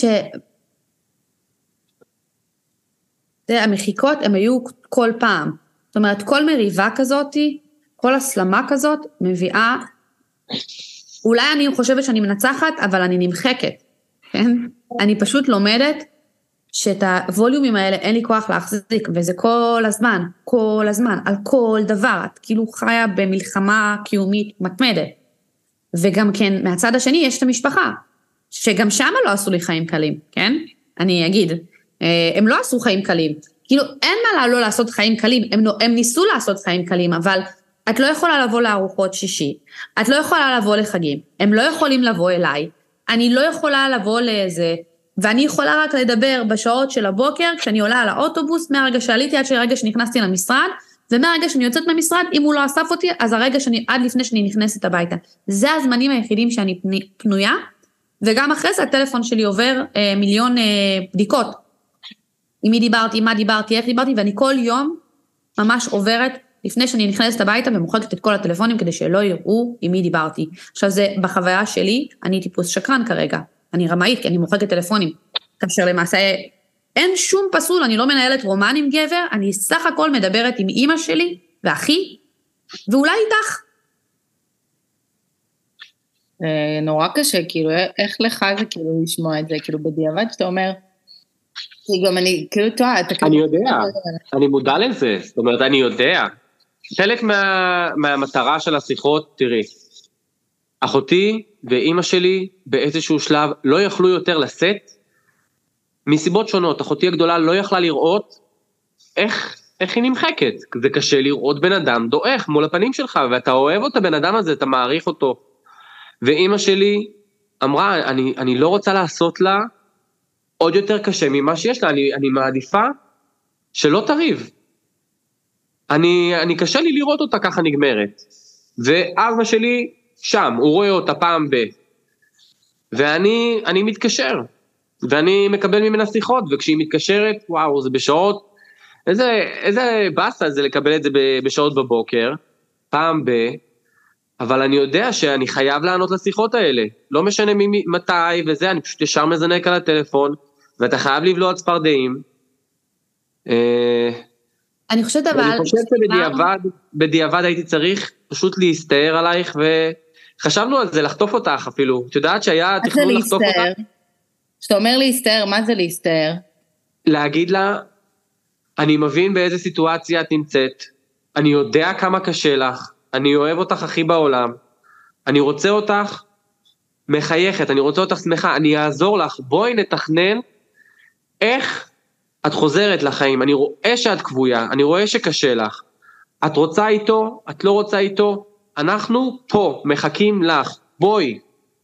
המחיקות הם היו כל פעם. זאת אומרת, כל מריבה כזאת, כל הסלמה כזאת, מביאה, אולי אני חושבת שאני מנצחת, אבל אני נמחקת, כן? אני פשוט לומדת שאת הווליומים האלה אין לי כוח להחזיק, וזה כל הזמן, על כל דבר, את כאילו חיה במלחמה קיומית מתמדת. וגם כן, מהצד השני יש את המשפחה, שגם שם לא עשו לי חיים קלים, כן? אני אגיד, הם לא עשו חיים קלים, כאילו אין מה לא לעשות חיים קלים, הם ניסו לעשות חיים קלים, אבל את לא יכולה לבוא לארוחות שישי, את לא יכולה לבוא לחגים, הם לא יכולים לבוא אליי, אני לא יכולה לבוא לאיזה, ואני יכולה רק לדבר בשעות של הבוקר, כשאני עולה על האוטובוס, מהרגע שעליתי עד שהרגע שנכנסתי למשרד, ומהרגע שאני יוצאת מהמשרד, אם הוא לא אסף אותי, אז הרגע עד לפני שאני נכנסת הביתה. זה הזמנים היחידים שאני פנויה, וגם אחרי זה הטלפון שלי עובר מיליון בדיקות. עם מי דיברתי, מה דיברתי, איך דיברתי, ואני כל יום ממש עוברת, לפני שאני נכנסת הביתה, ומוחקת את כל הטלפונים, כדי שלא יראו עם מי דיברתי. עכשיו זה, בחוויה שלי, אני טיפוס שקרן כרגע. אני רמאית, כי אני מוחקת טלפונים. כאשר למעשה, אין שום פסול, אני לא מנהלת רומן עם גבר, אני סך הכל מדברת עם אמא שלי, ואחי, ואולי איתך. נורא קשה, כאילו, איך לך זה כאילו לשמוע את זה, כאילו בדיעבד שאתה אומר, כי גם אני, כאילו טועה, אני יודע, אני מודע לזה, זאת אומרת, אני יודע. חלק מהמטרה של השיחות, תראי, אחותי ואימא שלי באיזשהו שלב לא יכלו יותר לשאת, מסיבות שונות, אחותי הגדולה לא יכלה לראות איך היא נמחקת, זה קשה לראות בן אדם דואך מול הפנים שלך, ואתה אוהב את הבן אדם הזה, אתה מעריך אותו, ואימא שלי אמרה, אני לא רוצה לעשות לה עוד יותר קשה ממה שיש לה, אני מעדיפה שלא תריב, אני קשה לי לראות אותה ככה נגמרת, ואבא שלי שם, הוא רואה אותה פעם ואני מתקשר, ואני מקבל ממנה שיחות, וכשהיא מתקשרת, וואו, זה בשעות, איזה בסה זה לקבל את זה בשעות בבוקר, פעם אבל אני יודע שאני חייב לענות לשיחות האלה, לא משנה מתי וזה, אני פשוט ישר מזנק על הטלפון, ואתה חייב לבלוע צפרדעים. אני חושבת אבל... אני חושבת שבדיעבד הייתי צריך פשוט להסתער עלייך, וחשבנו על זה, לחטוף אותך אפילו. את יודעת שהיה תכנון לחטוף אותך? כשאתה אומר להסתער, מה זה להסתער? להגיד לה, אני מבין באיזה סיטואציה את נמצאת, אני יודע כמה קשה לך, אני אוהב אותך הכי בעולם, אני רוצה אותך מחייכת, אני רוצה אותך שמחה, אני אעזור לך, בואי נתכנן איך את חוזרת לחיים, אני רואה שאת כבויה, אני רואה שקשה לך, את רוצה איתו, את לא רוצה איתו, אנחנו פה, מחכים לך, בואי,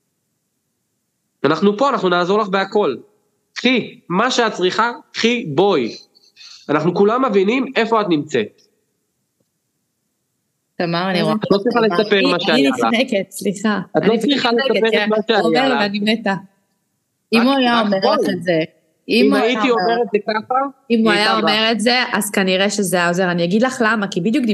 אנחנו פה, אנחנו נעזור לך בהכל, קחי, מה שאת צריכה, קחי, בואי, אנחנו כולם מבינים איפה את נמצאת. תמר, אני רואה... את לא צריכה לספר מה שהיה לך. אני נפנקת, סליחה. את לא צריכה לספר את מה שהיה לך. אני מתה. אם הוא היה אומר לך את זה, אם הייתי אומר את זה ככה, אם הוא היה אומר את זה, אז כנראה שזה היה עוזר. אני אגיד לך למה, כי בדיוק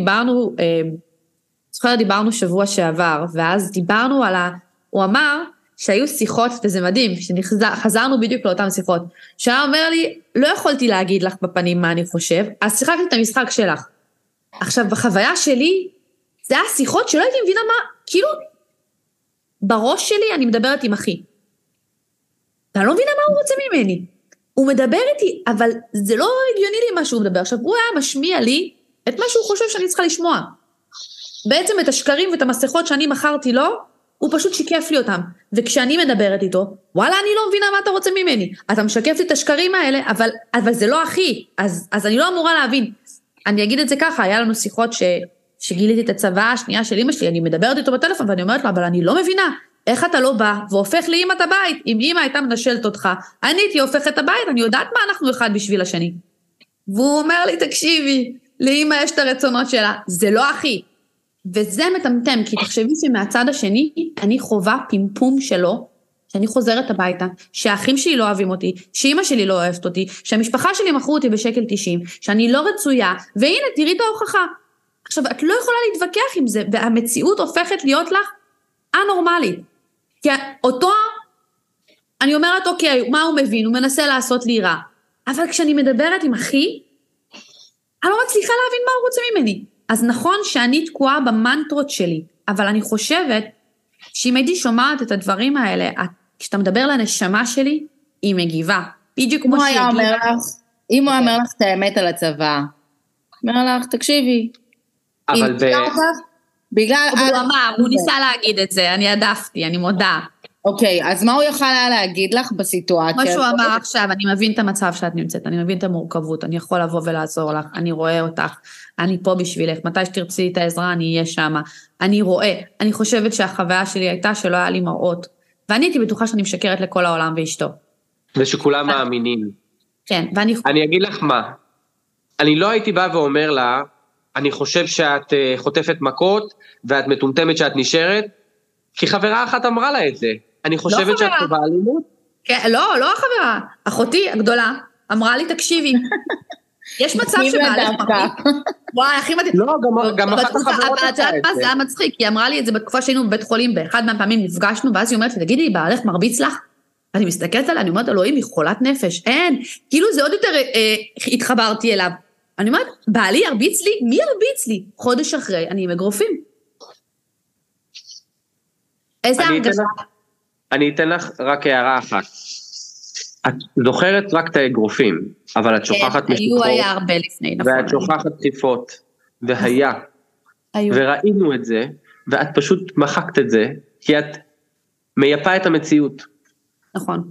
דיברנו שבוע שעבר, ואז דיברנו הוא אמר שהיו שיחות, וזה מדהים, שחזרנו בדיוק לאותן שיחות, שהיה אומר לי, לא יכולתי להגיד לך בפנים מה אני חושב, אז שיחקתי את המשחק שלך. עכשיו, בחוויה שלי, זה היה שיחות שלא הייתי מבינה מה, כאילו, בראש שלי אני מדברת עם אחי. ואני לא מבינה מה הוא רוצה ממני. הוא מדבר איתי, אבל זה לא הגיוני לי מה שהוא מדבר. עכשיו, הוא היה משמיע לי את מה שהוא חושב שאני צריכה לשמוע. בעצם את השקרים ואת המסכות שאני מכרתי לו, הוא פשוט שיקף לי אותם. וכשאני מדברת איתו, וואלה, אני לא מבינה מה אתה רוצה ממני. אתה משקף לי את השקרים האלה, אבל זה לא אחי. אז אני לא אמורה להבין. אני אגיד את זה ככה, היה לנו שיחות שגיליתי את הצבא השנייה של אמא שלי, אני מדברת איתו בטלפון, ואני אומרת לה, אבל אני לא מבינה, איך אתה לא בא, והופך לי אמא את הבית, אם אמא הייתה מנשלת אותך, אני הייתי הופכת את הבית, אני יודעת מה אנחנו אחד בשביל השני. והוא אומר לי, תקשיבי, לאמא יש את הרצונות שלה, זה לא אחי. וזה מטמטם, כי תחשבי שמהצד השני, אני חובה פימפום שלו, שאני חוזרת הביתה, שהאחים שלי לא אוהבים אותי, שאמא שלי לא אוהבת אותי, שהמשפחה שלי מכרו אותי בשקל 90, שאני לא רצויה, והנה, תראי את ההוכחה. עכשיו, את לא יכולה להתווכח עם זה, והמציאות הופכת להיות לך אנורמלית. כי אותו, אני אומרת, אוקיי, מה הוא מבין? הוא מנסה לעשות לי רע. אבל כשאני מדברת עם אחי, אני לא מצליחה להבין מה הוא רוצה ממני. אז נכון שאני תקועה במנטרות שלי, אבל אני חושבת שאם הייתי שומעת את הדברים האלה, כשאתה מדבר לנשמה שלי, היא מגיבה. בדיוק כמו שהיא הגיבה. אם הוא אומר לך את האמת על הצבא, אומר לך, תקשיבי. אבל הוא ניסה להגיד את זה, אני עדפתי, אני מודה. אוקיי, אז מה הוא יכל היה להגיד לך בסיטואציה? מה שהוא אמר עכשיו, אני מבין את המצב שאת נמצאת, אני מבין את המורכבות, אני יכול לבוא ולעזור לך, אני רואה אותך, אני פה בשבילך, מתי שתרצי את העזרה, אני אהיה שמה, אני רואה, אני חושבת שהחוויה שלי הייתה שלא היה לי מראות, ואני הייתי בטוחה שאני משקרת לכל העולם ואשתו. ושכולם מאמינים. כן, אני אגיד לך מה, אני לא הייתי בא ואומר לה, אני חושב שאת חוטפת מכות, ואת מטומטמת שאת נשארת, כי חברה אחת אמרה לה את זה. אני חושבת שאת טובה אלימות. לא החברה, אחותי הגדולה, אמרה לי תקשיבי, יש מצב שבעלך מרביץ, וואי, הכי מדהים. לא, גם אחת החברות עשה את זה. זה היה מצחיק, היא אמרה לי את זה בתקופה שהיינו בבית חולים, באחד מהפעמים נפגשנו, ואז היא אומרת לי, תגידי, בעלך מרביץ לך? אני מסתכלת עליה, אני אומרת, אלוהים, היא חולת נפש, אין, כאילו זה עוד יותר התחברתי אליו. אני אומרת, בעלי ירביץ לי? מי ירביץ לי? חודש אחרי, אני עם אגרופים. איזה הרגשה? אני אתן לך רק הערה אחת. את זוכרת רק את האגרופים, אבל את שוכחת משפחות. היה הרבה לפני, נכון. ואת שוכחת דחיפות, והיה. וראינו את זה, ואת פשוט מחקת את זה, כי את מייפה את המציאות. נכון.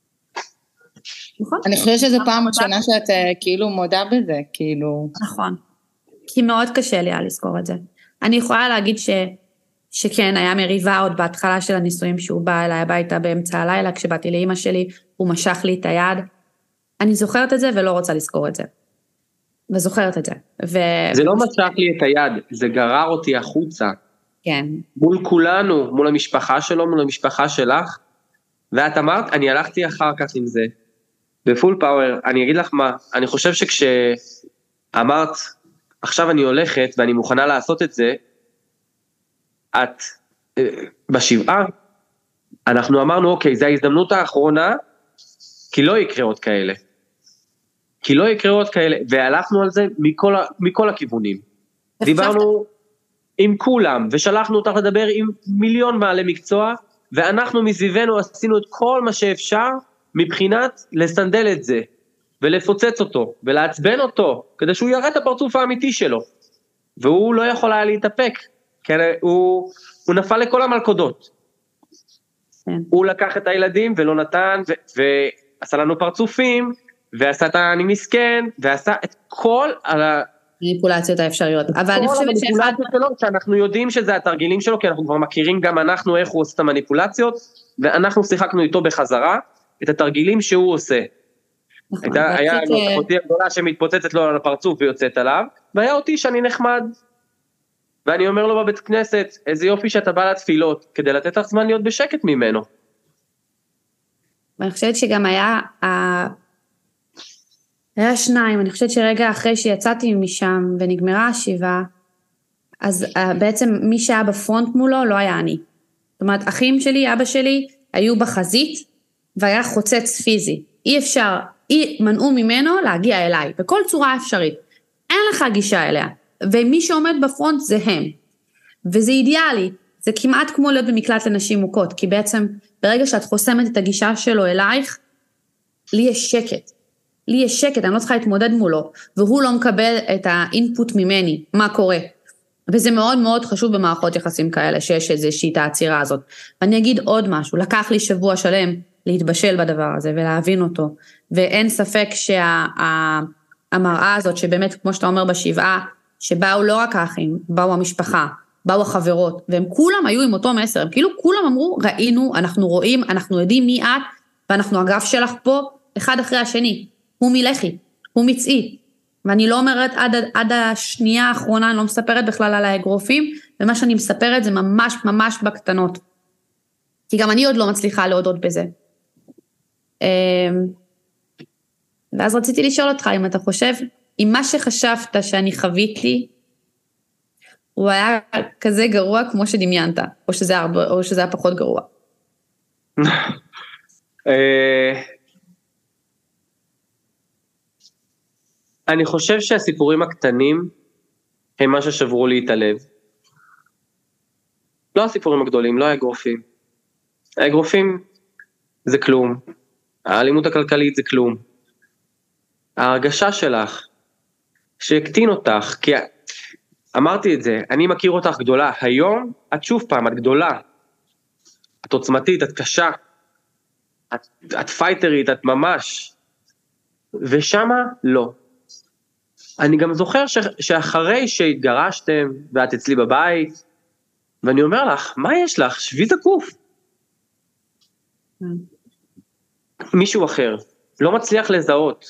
אני חושבת שזו פעם ראשונה שאת כאילו מודה בזה, כאילו. נכון. כי מאוד קשה לי היה לזכור את זה. אני יכולה להגיד שכן, היה מריבה עוד בהתחלה של הניסויים שהוא בא אליי הביתה באמצע הלילה, כשבאתי לאמא שלי, הוא משך לי את היד. אני זוכרת את זה ולא רוצה לזכור את זה. וזוכרת את זה. זה לא משך לי את היד, זה גרר אותי החוצה. כן. מול כולנו, מול המשפחה שלו, מול המשפחה שלך, ואת אמרת, אני הלכתי אחר כך עם זה, בפול פאוור, אני אגיד לך מה, אני חושב שכשאמרת, עכשיו אני הולכת ואני מוכנה לעשות את זה, את, בשבעה, אנחנו אמרנו, אוקיי, זו ההזדמנות האחרונה, כי לא יקרה עוד כאלה. כי לא יקרה עוד כאלה, והלכנו על זה מכל הכיוונים. דיברנו עם כולם, ושלחנו אותך לדבר עם מיליון בעלי מקצוע, ואנחנו מסביבנו עשינו את כל מה שאפשר, מבחינת לסנדל את זה, ולפוצץ אותו, ולעצבן אותו, כדי שהוא יראה את הפרצוף האמיתי שלו. והוא לא יכול היה להתאפק, כי הוא נפל לכל המלכודות. הוא לקח את הילדים ולא נתן, ועשה לנו פרצופים, ועשה את אני מסכן, ועשה את כל המניפולציות האפשריות. אבל אני חושבת שאנחנו יודעים שזה התרגילים שלו, כי אנחנו כבר מכירים גם אנחנו איך הוא עושה את המניפולציות, ואנחנו שיחקנו איתו בחזרה, את התרגילים שהוא עושה. היה אותי הגדולה שמתפוצצת לו על הפרצוף ויוצאת עליו, והיה אותי שאני נחמד, ואני אומר לו בבית כנסת, איזה יופי שאתה בא לתפילות, כדי לתת לך זמן להיות בשקט ממנו. ואני חושבת שגם היה שניים, אני חושבת שרגע אחרי שיצאתי משם ונגמרה השבעה, אז בעצם מי שהיה בפרונט מולו לא היה אני. זאת אומרת, אחים שלי, אבא שלי, היו בחזית, והיה חוצץ פיזי. אי אפשר, מנעו ממנו להגיע אליי, בכל צורה אפשרית. אין לך גישה אליה. ומי שעומד בפרונט זה הם. וזה אידיאלי, זה כמעט כמו להיות במקלט לנשים מוכות, כי בעצם ברגע שאת חוסמת את הגישה שלו אלייך, לי יש שקט. לי יש שקט, אני לא צריכה להתמודד מולו, והוא לא מקבל את האינפוט ממני, מה קורה. וזה מאוד מאוד חשוב במערכות יחסים כאלה, שיש איזושהי העצירה הזאת. ואני אגיד עוד משהו, לקח לי שבוע שלם להתבשל בדבר הזה ולהבין אותו, ואין ספק שהמראה הזאת, שבאמת כמו שאתה אומר בשבעה, שבאו לא רק האחים, באו המשפחה, באו החברות, והם כולם היו עם אותו מסר, הם כאילו כולם אמרו, ראינו, אנחנו רואים, אנחנו יודעים מי את, ואנחנו הגרף שלך פה, אחד אחרי השני, הוא מלכי, הוא מצאי, ואני לא אומרת עד השנייה האחרונה, אני לא מספרת בכלל על האגרופים, ומה שאני מספרת זה ממש ממש בקטנות. כי גם אני עוד לא מצליחה להודות בזה. ואז רציתי לשאול אותך, אם אתה חושב, אם מה שחשבת שאני חוויתי, הוא היה כזה גרוע כמו שדמיינת, או שזה היה פחות גרוע? אני חושב שהסיפורים הקטנים הם מה ששברו לי את הלב. לא הסיפורים הגדולים, לא האגרופים. האגרופים זה כלום. האלימות הכלכלית זה כלום. ההרגשה שלך, שהקטין אותך, כי אמרתי את זה, אני מכיר אותך גדולה, היום את שוב פעם, את גדולה, את עוצמתית, את קשה, את פייטרית, את ממש, ושמה לא. אני גם זוכר שאחרי שהתגרשתם, ואת אצלי בבית, ואני אומר לך, מה יש לך? שבי זקוף. מישהו אחר, לא מצליח לזהות.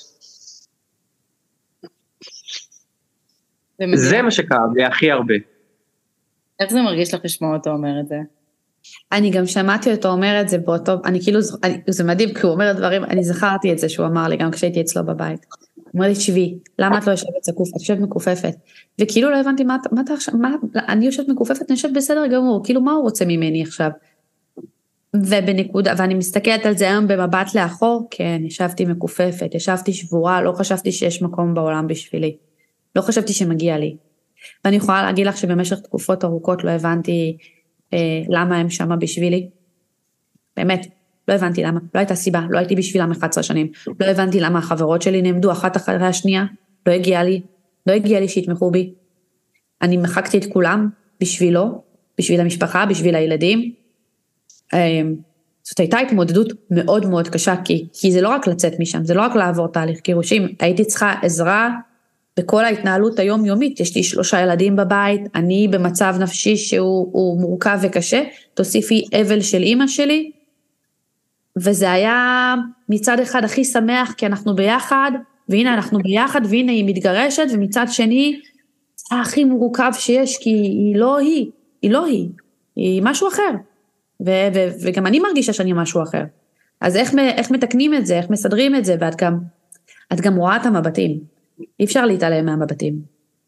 זה מה שכאב לי הכי הרבה. איך זה מרגיש לך לשמוע אותו אומר את זה? אני גם שמעתי אותו אומר את זה באותו, אני כאילו, זה מדהים, כי הוא אומר דברים, אני זכרתי את זה שהוא אמר לי, גם כשהייתי אצלו בבית. הוא אומר לי, שבי, למה את לא יושבת זקוף? את יושבת מקופפת. וכאילו לא הבנתי, מה אתה עכשיו, אני יושבת מקופפת, אני יושבת בסדר גמור, כאילו מה הוא רוצה ממני עכשיו? ובנקודה, ואני מסתכלת על זה היום במבט לאחור, כן, ישבתי מקופפת, ישבתי שבורה, לא חשבתי שיש מקום בעולם בשבילי. לא חשבתי שמגיע לי. ואני יכולה להגיד לך שבמשך תקופות ארוכות לא הבנתי למה הם שמה בשבילי. באמת, לא הבנתי למה. לא הייתה סיבה, לא הייתי בשבילם 11 שנים. לא הבנתי למה החברות שלי נעמדו אחת אחרי השנייה. לא הגיע לי שיתמכו בי. אני מחקתי את כולם בשבילו, בשביל המשפחה, בשביל הילדים. זאת הייתה התמודדות מאוד מאוד קשה, כי זה לא רק לצאת משם, זה לא רק לעבור תהליך גירושים. הייתי צריכה עזרה בכל ההתנהלות היומיומית, יש לי 3 ילדים בבית, אני במצב נפשי שהוא מורכב וקשה, תוסיפי אבל של אמא שלי, וזה היה מצד אחד הכי שמח, כי אנחנו ביחד, והנה אנחנו ביחד, והנה היא מתגרשת, ומצד שני, זה הכי מורכב שיש, כי היא לא היא, היא משהו אחר, וגם אני מרגישה שאני משהו אחר, אז איך מתקנים את זה, איך מסדרים את זה, ואת גם רואה את המבטים, אי אפשר להתעלם מהמבטים.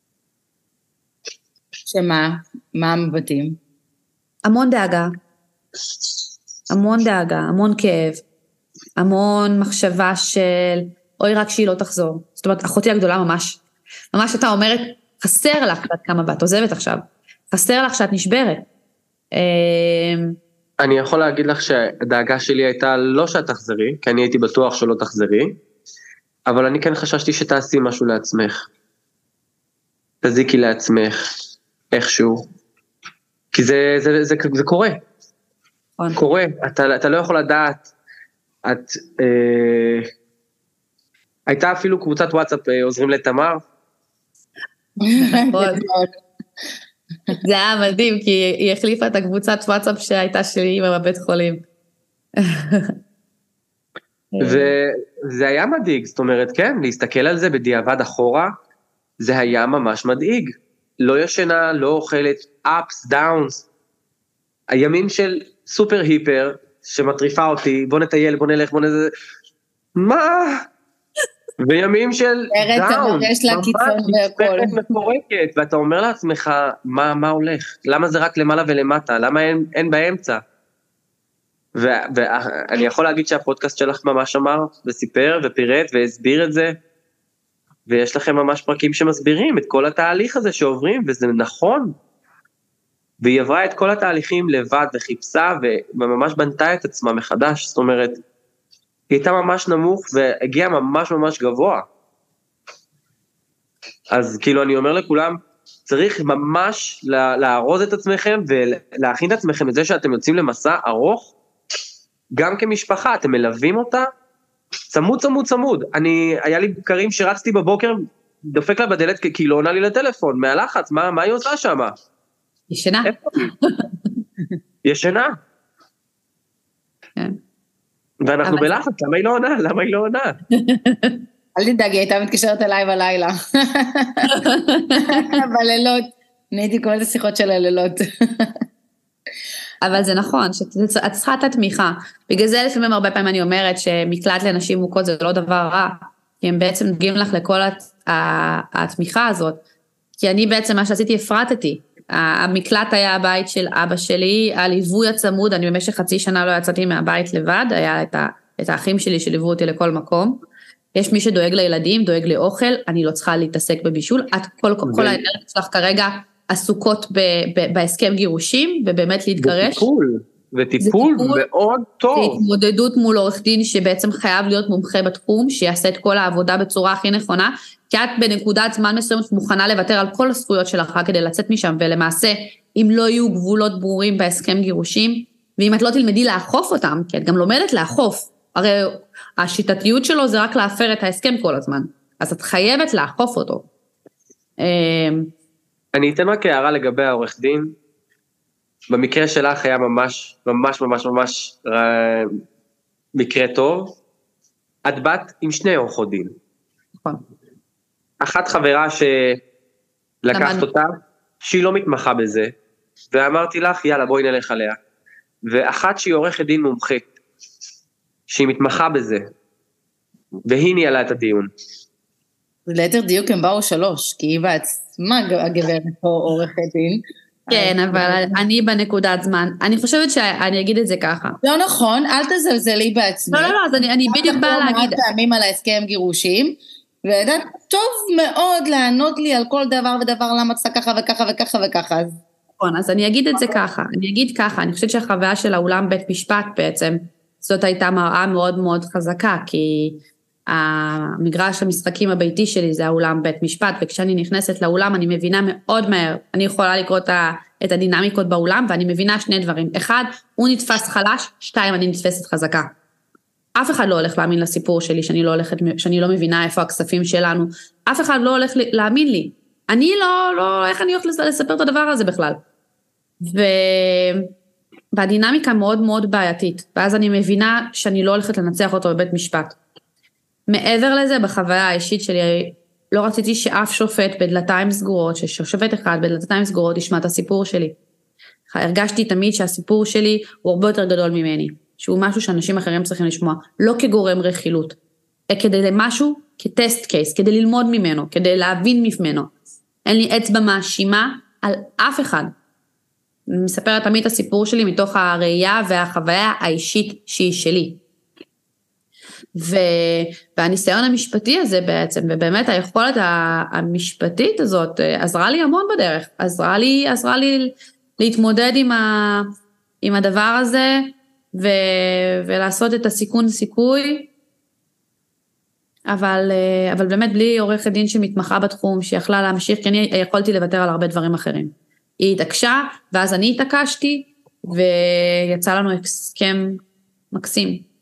שמה? מה המבטים? המון דאגה, המון כאב, המון מחשבה של, אוי רק שהיא לא תחזור. זאת אומרת, אחותי הגדולה ממש אתה אומרת, חסר לך כמה בת עוזבת עכשיו, חסר לך שאת נשברת. אני יכול להגיד לך שהדאגה שלי הייתה לא שאת תחזרי, כי אני הייתי בטוח שלא תחזרי, אבל אני כן חששתי שתעשי משהו לעצמך. תזיקי לעצמך, איכשהו. כי זה קורה. קורה, אתה לא יכול לדעת. הייתה אפילו קבוצת וואטסאפ עוזרים לתמר. זה היה מדהים, כי היא החליפה את הקבוצת וואטסאפ שהייתה שלי בבית חולים. וזה היה מדאיג, זאת אומרת, כן, להסתכל על זה בדיעבד אחורה, זה היה ממש מדאיג. לא ישנה, לא אוכלת, ups, downs. הימים של סופר היפר, שמטריפה אותי, בוא נטייל, בוא נלך, בוא נזה... מה? וימים של דאון, ממש מפורקת, ואתה אומר לעצמך, מה הולך? למה זה רק למעלה ולמטה? למה אין באמצע? ואני יכול להגיד שהפודקאסט שלך ממש אמר, וסיפר ופירט והסביר את זה, ויש לכם ממש פרקים שמסבירים את כל התהליך הזה שעוברים, וזה נכון. והיא עברה את כל התהליכים לבד וחיפשה, וממש בנתה את עצמה מחדש, זאת אומרת, היא הייתה ממש נמוך, והגיעה ממש ממש גבוה. אז כאילו אני אומר לכולם, צריך ממש להרוז את עצמכם, ולהכין את עצמכם את זה שאתם יוצאים למסע ארוך, גם כמשפחה, אתם מלווים אותה, צמוד. היה לי בקרים שרצתי בבוקר, דופק לה בדלת, כי לא עונה לי לטלפון, מהלחץ, מה היא עושה שם? ישנה. ישנה. כן. ואנחנו בלחץ, למה היא לא עונה? אל תדאגי, הייתה מתקשרת אליי בלילה. בלילות, נהייתי כל השיחות של הלילות. אבל זה נכון, שאת צריכה את התמיכה. בגלל זה לפעמים הרבה פעמים אני אומרת שמקלט לנשים מוכות זה לא דבר רע, כי הם בעצם נוגעים לך לכל התמיכה הזאת. כי אני בעצם מה שעשיתי הפרטתי. המקלט היה הבית של אבא שלי, הליווי הצמוד, אני במשך חצי שנה לא יצאתי מהבית לבד, היה את האחים שלי שליוו אותי לכל מקום. יש מי שדואג לילדים, דואג לאוכל, אני לא צריכה להתעסק בבישול, כל האנרגיות שלך כרגע עסוקות בהסכם גירושים, ובאמת להתגרש. וטיפול מאוד טוב. זה התמודדות מול עורך דין שבעצם חייב להיות מומחה בתחום, שיעשה את כל העבודה בצורה הכי נכונה, כי את בנקודת זמן מסוימת מוכנה לוותר על כל הזכויות שלך כדי לצאת משם, ולמעשה אם לא יהיו גבולות ברורים בהסכם גירושים, ואם את לא תלמדי לאכוף אותם, כי את גם לומדת לאכוף, הרי השיטתיות שלו זה רק להפר את ההסכם כל הזמן, אז את חייבת לאכוף אותו. אני אתן רק הערה לגבי העורך דין, במקרה שלך היה ממש מקרה טוב, את בת עם שני עורכות דין. נכון. אחת חברה שלקחת אותה, שהיא לא מתמחה בזה, ואמרתי לך, יאללה בואי נלך עליה, ואחת שהיא עורכת דין מומחית, שהיא מתמחה בזה, והיא ניהלה את הדיון. ליתר דיוק הם באו 3, כי היא בעצמה הגברת פה עורכת דין. כן, אבל אני בנקודת זמן, אני חושבת שאני אגיד את זה ככה. לא נכון, אל תזלזלי בעצמי. לא, אז אני בדיוק באה להגיד. מעט פעמים על ההסכם גירושים, וידעת טוב מאוד לענות לי על כל דבר ודבר, למה עשה ככה וככה וככה וככה. נכון, אז אני אגיד את זה ככה, אני חושבת שהחוויה של האולם בית משפט בעצם, זאת הייתה מראה מאוד מאוד חזקה, כי המגרש המשחקים הביתי שלי זה האולם בית משפט, וכשאני נכנסת לאולם אני מבינה מאוד מהר, אני יכולה לקרוא את הדינמיקות באולם, ואני מבינה שני דברים, אחד, הוא נתפס חלש, 2, אני נתפסת חזקה. אף אחד לא הולך להאמין לסיפור שלי, שאני לא מבינה איפה הכספים שלנו, אף אחד לא הולך להאמין לי, אני לא, איך אני הולכת לספר את הדבר הזה בכלל? והדינמיקה מאוד מאוד בעייתית, ואז אני מבינה שאני לא הולכת לנצח אותו בבית משפט. מעבר לזה, בחוויה האישית שלי, לא רציתי שאף שופט בדלתיים סגורות, ששופט אחד בדלתיים סגורות ישמע את הסיפור שלי. הרגשתי תמיד שהסיפור שלי הוא הרבה יותר גדול ממני, שהוא משהו שאנשים אחרים צריכים לשמוע, לא כגורם רכילות, כדי למשהו, כטסט קייס, כדי ללמוד ממנו, כדי להבין ממנו. אין לי אצבע מאשימה על אף אחד. אני מספרת תמיד את הסיפור שלי מתוך הראייה והחוויה האישית שהיא שלי. והניסיון המשפטי הזה בעצם, ובאמת היכולת המשפטית הזאת, עזרה לי המון בדרך, עזרה לי להתמודד עם הדבר הזה, ולעשות את הסיכון סיכוי, אבל באמת בלי עורכת דין שמתמחה בתחום, שיכלה להמשיך, כי אני יכולתי לוותר על הרבה דברים אחרים. היא התעקשה, ואז אני התעקשתי, ויצא לנו הסכם מקסים.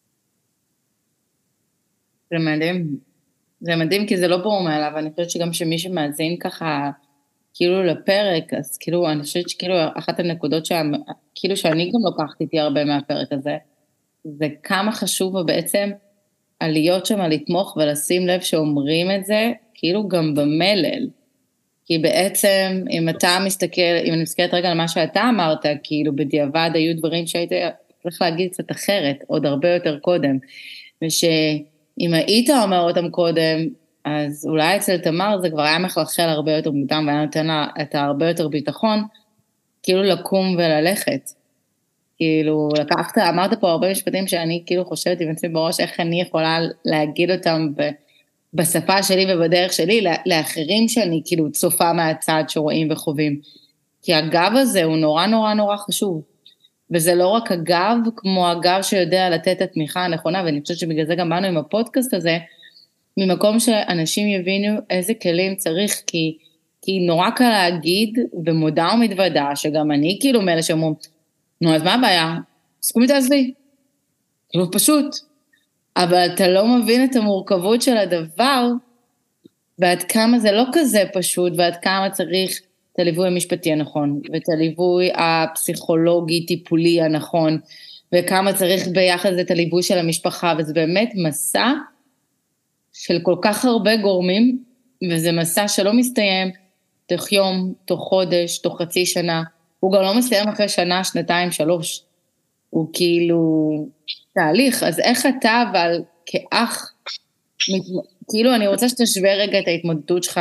זה מדהים. זה מדהים כי זה לא ברור מאליו, ואני חושבת שגם שמי שמאזין ככה, כאילו לפרק, אז כאילו, אני חושבת שכאילו אחת הנקודות כאילו שאני גם לוקחת איתי הרבה מהפרק הזה, זה כמה חשוב בעצם עליות שם לתמוך ולשים לב שאומרים את זה, כאילו גם במלל. כי בעצם, אם אני מסתכלת רגע על מה שאתה אמרת, כאילו בדיעבד היו דברים שהיית צריך להגיד קצת אחרת, עוד הרבה יותר קודם. ושאם היית אומר אותם קודם, אז אולי אצל תמר זה כבר היה מחלחל הרבה יותר מוקדם, והיה נותן לה את הרבה יותר ביטחון, כאילו לקום וללכת. כאילו, אמרת פה הרבה משפטים שאני כאילו חושבת עם עצמי בראש, איך אני יכולה להגיד אותם בשפה שלי ובדרך שלי, לאחרים שאני כאילו צופה מהצד שרואים וחווים. כי הגב הזה הוא נורא נורא נורא חשוב. וזה לא רק הגב, כמו הגב שיודע לתת את התמיכה הנכונה, ואני חושבת שבגלל זה גם באנו עם הפודקאסט הזה, ממקום שאנשים יבינו איזה כלים צריך, כי נורא קל להגיד, ומודע ומתוודע, שגם אני כאילו מאלה שאומרים, נו, אז מה הבעיה? סכומי תעזבי. כאילו פשוט. אבל אתה לא מבין את המורכבות של הדבר, ועד כמה זה לא כזה פשוט, ועד כמה צריך את הליווי המשפטי הנכון, ואת הליווי הפסיכולוגי, טיפולי הנכון, וכמה צריך ביחד את הליווי של המשפחה, וזה באמת מסע של כל כך הרבה גורמים, וזה מסע שלא מסתיים תוך יום, תוך חודש, תוך חצי שנה, הוא גם לא מסיים אחרי שנה, שנתיים, 3. הוא כאילו תהליך. אז איך אתה, אבל כאח, כאילו אני רוצה שתשווה רגע את ההתמודדות שלך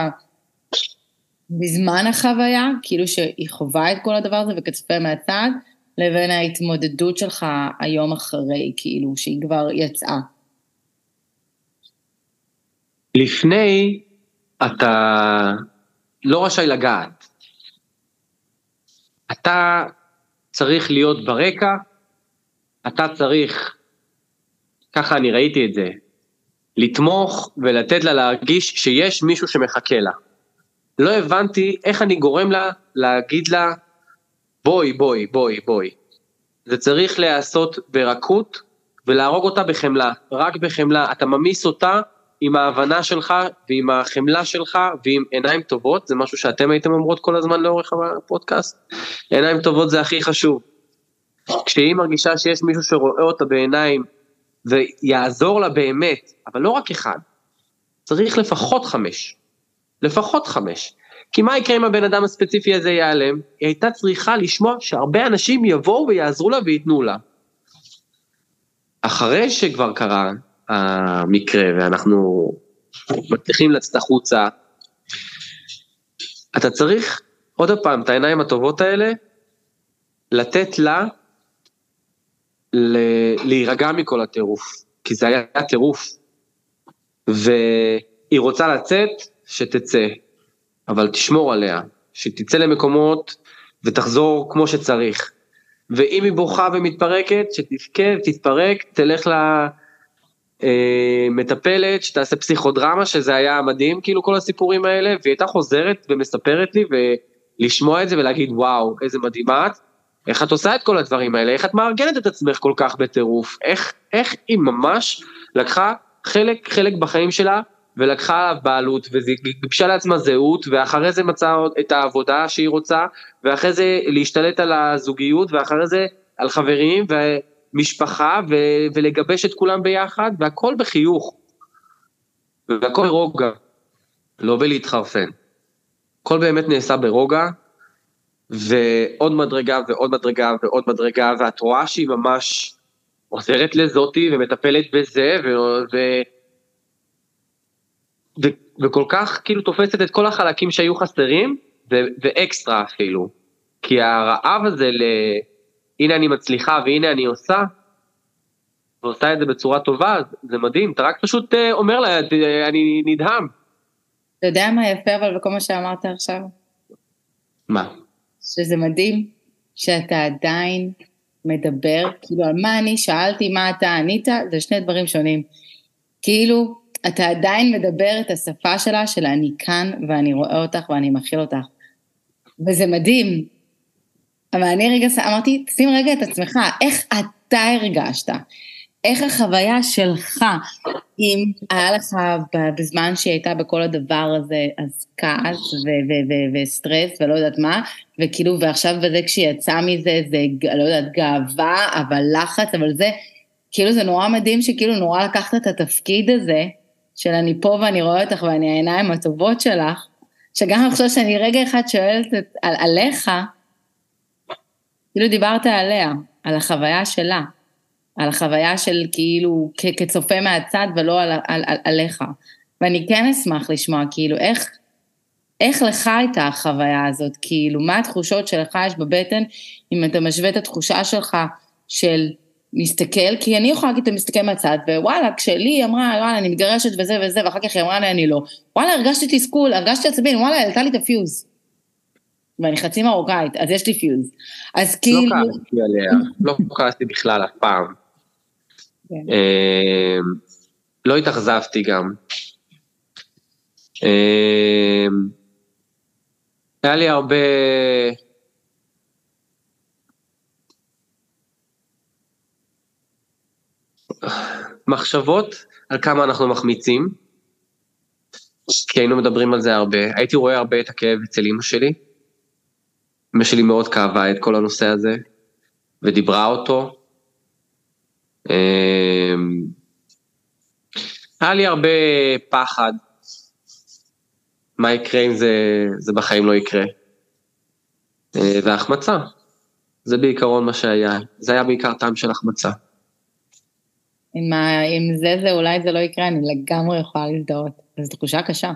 בזמן החוויה, כאילו שהיא חובה את כל הדבר הזה וכצפה מהצד, לבין ההתמודדות שלך היום אחרי, כאילו שהיא כבר יצאה. לפני אתה לא רשאי לגעת. אתה צריך להיות ברקע, אתה צריך, ככה אני ראיתי את זה, לתמוך ולתת לה להרגיש שיש מישהו שמחכה לה. לא הבנתי איך אני גורם לה להגיד לה, בואי, בואי, בואי, בואי. זה צריך לעשות ברכות ולהרוג אותה בחמלה, רק בחמלה. אתה ממיס אותה עם ההבנה שלך ועם החמלה שלך ועם עיניים טובות, זה משהו שאתם הייתם אומרות כל הזמן לאורך הפודקאסט. עיניים טובות זה הכי חשוב. כשהיא מרגישה שיש מישהו שרואה אותה בעיניים ויעזור לה באמת, אבל לא רק אחד, צריך לפחות 5. לפחות 5. כי מה יקרה אם הבן אדם הספציפי הזה ייעלם? היא הייתה צריכה לשמוע שהרבה אנשים יבואו ויעזרו לה ויתנו לה. אחרי שכבר קרה המקרה ואנחנו מצליחים לצאת החוצה, אתה צריך עוד הפעם את העיניים הטובות האלה, לתת לה להירגע מכל הטירוף, כי זה היה טירוף, והיא רוצה לצאת, שתצא, אבל תשמור עליה, שתצא למקומות ותחזור כמו שצריך, ואם היא בוכה ומתפרקת, שתפקד, תתפרק, תלך למטפלת, שתעשה פסיכודרמה, שזה היה מדהים, כאילו כל הסיפורים האלה, והיא הייתה חוזרת ומספרת לי, ולשמוע את זה ולהגיד, וואו, איזה מדהימה את, איך את עושה את כל הדברים האלה, איך את מארגנת את עצמך כל כך בטירוף, איך היא ממש לקחה חלק בחיים שלה, ולקחה עליו בעלות, וגיבשה לעצמה זהות, ואחרי זה מצאה את העבודה שהיא רוצה, ואחרי זה להשתלט על הזוגיות, ואחרי זה על חברים ומשפחה, ולגבש את כולם ביחד, והכל בחיוך, והכל ברוגע, לא בלהתחרפן. הכל באמת נעשה ברוגע, ועוד מדרגה ועוד מדרגה ועוד מדרגה, ואת רואה שהיא ממש עוזרת לזאתי, ומטפלת בזה, וכל כך כאילו תופסת את כל החלקים שהיו חסרים, ואקסטרה אפילו, כי הרעב הזה הנה אני מצליחה והנה אני עושה, ועושה את זה בצורה טובה, זה מדהים, אתה רק פשוט אומר לה, אני נדהם. אתה יודע מה יפה אבל בכל מה שאמרת עכשיו? מה? שזה מדהים שאתה עדיין מדבר, כאילו על מה אני שאלתי, מה אתה ענית, זה שני דברים שונים. כאילו, אתה עדיין מדבר את השפה שלה, של אני כאן ואני רואה אותך ואני מכיל אותך. וזה מדהים. אבל אני רגע אמרתי, שים רגע את עצמך, איך אתה הרגשת? איך החוויה שלך, אם היה לך בזמן שהיא הייתה בכל הדבר הזה, אז כעס וסטרס ולא יודעת מה, וכאילו ועכשיו וזה כשיצא מזה, זה לא יודעת גאווה, אבל לחץ, אבל זה, כאילו זה נורא מדהים שכאילו נורא לקחת את התפקיד הזה, של אני פה ואני רואה אותך ואני העיניים הטובות שלך, שגם אני חושבת שאני רגע אחד שואלת עליך, כאילו דיברת עליה, על החוויה שלה, על החוויה של כאילו כצופה מהצד ולא עליך, ואני כן אשמח לשמוע כאילו איך לך הייתה החוויה הזאת, כאילו מה התחושות שלך יש בבטן, אם אתה משווה את התחושה שלך של מסתכל, כי אני יכולה להגיד אתה מסתכל מהצד, ווואלה כשלי אמרה וואלה אני מתגרשת וזה וזה, ואחר כך היא אמרה לי אני לא, וואלה הרגשתי תסכול, הרגשתי עצבים, וואלה העלתה לי את הפיוז, ואני חצי מרוקאית, אז יש לי פיוז, אז כאילו... לא כעסתי עליה, לא כעסתי בכלל אף פעם, לא התאכזבתי גם, היה לי הרבה... מחשבות על כמה אנחנו מחמיצים, כי היינו מדברים על זה הרבה, הייתי רואה הרבה את הכאב אצל אמא שלי, אמא שלי מאוד כאבה את כל הנושא הזה, ודיברה אותו, היה לי הרבה פחד, מה יקרה אם זה בחיים לא יקרה, והחמצה. זה בעיקרון מה שהיה. זה היה בעיקר טעם של החמצה. עם זה אולי זה לא יקרה, אני לגמרי יכולה להזדהות. זו תחושה קשה.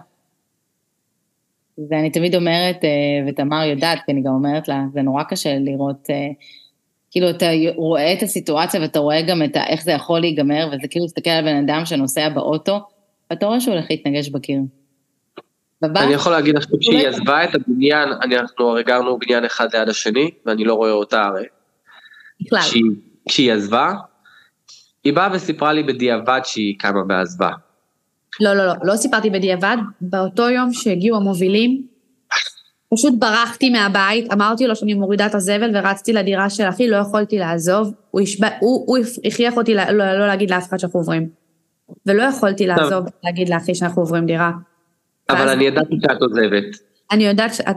ואני תמיד אומרת, ותמר יודעת, כי אני גם אומרת לה, זה נורא קשה לראות, כאילו אתה רואה את הסיטואציה, ואתה רואה גם איך זה יכול להיגמר, וזה כאילו להסתכל על בן אדם שנוסע באוטו, ואתה רואה שהוא הולך להתנגש בקיר. אני יכול להגיד לך, כשהיא עזבה את הבניין, אנחנו הרי גרנו בניין אחד ליד השני, ואני לא רואה אותה הרי. כשהיא עזבה, היא באה וסיפרה לי בדיעבד שהיא קמה ועזבה. לא סיפרתי בדיעבד, באותו יום שהגיעו המובילים, פשוט ברחתי מהבית, אמרתי לו שאני מורידה את הזבל ורצתי לדירה של אחי, לא יכולתי לעזוב, הוא הכריח אותי לא להגיד לאף אחד שאנחנו עוברים, ולא יכולתי לעזוב להגיד לאחי שאנחנו עוברים דירה. אבל אני ידעתי שאת עוזבת. אני יודעת שאת...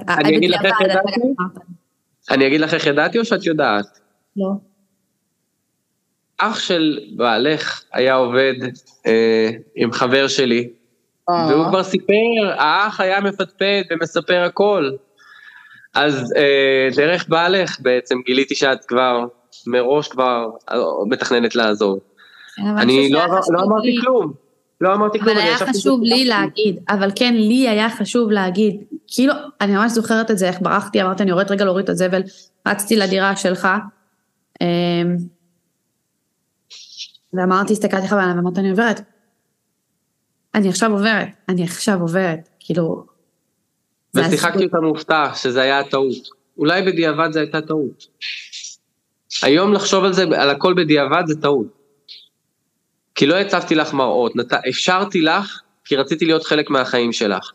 אני אגיד לך איך ידעתי או שאת יודעת? לא. אח של בעלך היה עובד עם חבר שלי, והוא כבר סיפר, האח היה מפטפט ומספר הכל. אז דרך בעלך בעצם גיליתי שאת כבר, מראש כבר מתכננת לעזוב. אני לא אמרתי כלום. לא אמרתי כלום. אבל היה חשוב לי להגיד, אבל כן, לי היה חשוב להגיד, כאילו, אני ממש זוכרת את זה, איך ברחתי, אמרתי, אני יורדת רגע להוריד את הזבל, רצתי לדירה שלך, ואמרתי, הסתכלתי לך בעיניים, ואמרתי, אני עכשיו עוברת, כאילו... ושיחקתי אותה מופתע, שזה היה הטעות. אולי בדיעבד זה הייתה טעות. היום לחשוב על זה, על הכל בדיעבד זה טעות. כי לא הצבתי לך מראות, אפשרתי לך, כי רציתי להיות חלק מהחיים שלך.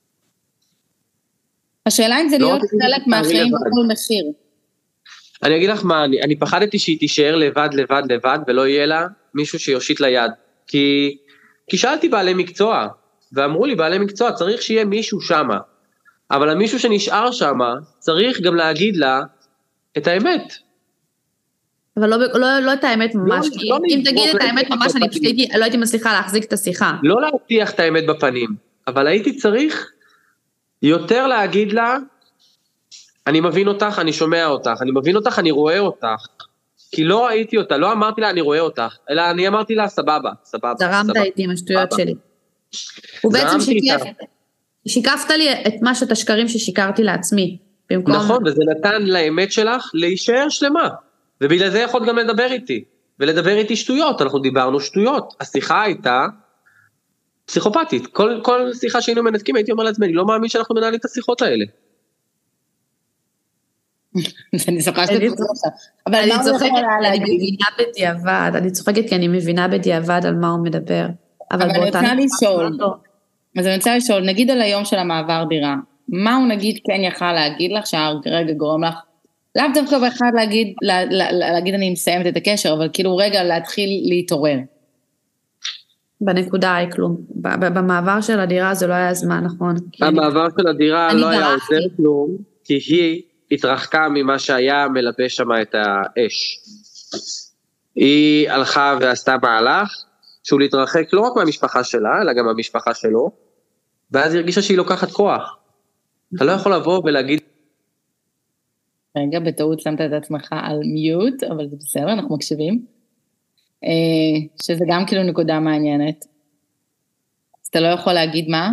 השאלה אם זה להיות חלק מהחיים בכל מחיר. אני אגיד לך מה, אני פחדתי שהיא תישאר לבד, ולא יהיה לה מישהו שיושיט ליד. כי שאלתי בעלי מקצוע, ואמרו לי בעלי מקצוע, צריך שיהיה מישהו שמה. אבל המישהו שנשאר שמה, צריך גם להגיד לה את האמת. אבל לא את האמת ממש, אם תגיד את האמת ממש, אני פשוט לא הייתי מצליחה להחזיק את השיחה. לא להבטיח את האמת בפנים, אבל הייתי צריך יותר להגיד לה, אני מבין אותך, אני שומע אותך, אני מבין אותך, אני רואה אותך, כי לא ראיתי אותה, לא אמרתי לה אני רואה אותך, אלא אני אמרתי לה סבבה. זרמת איתי עם השטויות שלי. הוא בעצם שיקפת לי את מה שאת השקרים ששיקרתי לעצמי. נכון, וזה נתן לאמת שלך להישאר שלמה. ובגלל זה יכול גם לדבר איתי, ולדבר איתי שטויות, אנחנו דיברנו שטויות, השיחה הייתה פסיכופתית, כל שיחה שהיינו מנתקים, הייתי אומר לעצמי, אני לא מאמין שאנחנו מנהלים את השיחות האלה. אני צוחקת כי אני מבינה בדיעבד על מה הוא מדבר. אבל אני רוצה לשאול, נגיד על היום של המעבר דירה, מה הוא נגיד כן יכל להגיד לך, שהרגע גורם לך, לאו דווקא באחד להגיד אני מסיימת את הקשר, אבל כאילו רגע להתחיל להתעורר. בנקודה היא כלום. במעבר של הדירה זה לא היה זמן, נכון? במעבר של הדירה לא היה עוזר כלום, כי היא התרחקה ממה שהיה מלבש שם את האש. היא הלכה ועשתה מהלך, שהוא להתרחק לא רק מהמשפחה שלה, אלא גם מהמשפחה שלו, ואז היא הרגישה שהיא לוקחת כוח. אתה לא יכול לבוא ולהגיד, רגע, בטעות שמת את עצמך על מיוט, אבל זה בסדר, אנחנו מקשיבים. שזה גם כאילו נקודה מעניינת. אז אתה לא יכול להגיד מה?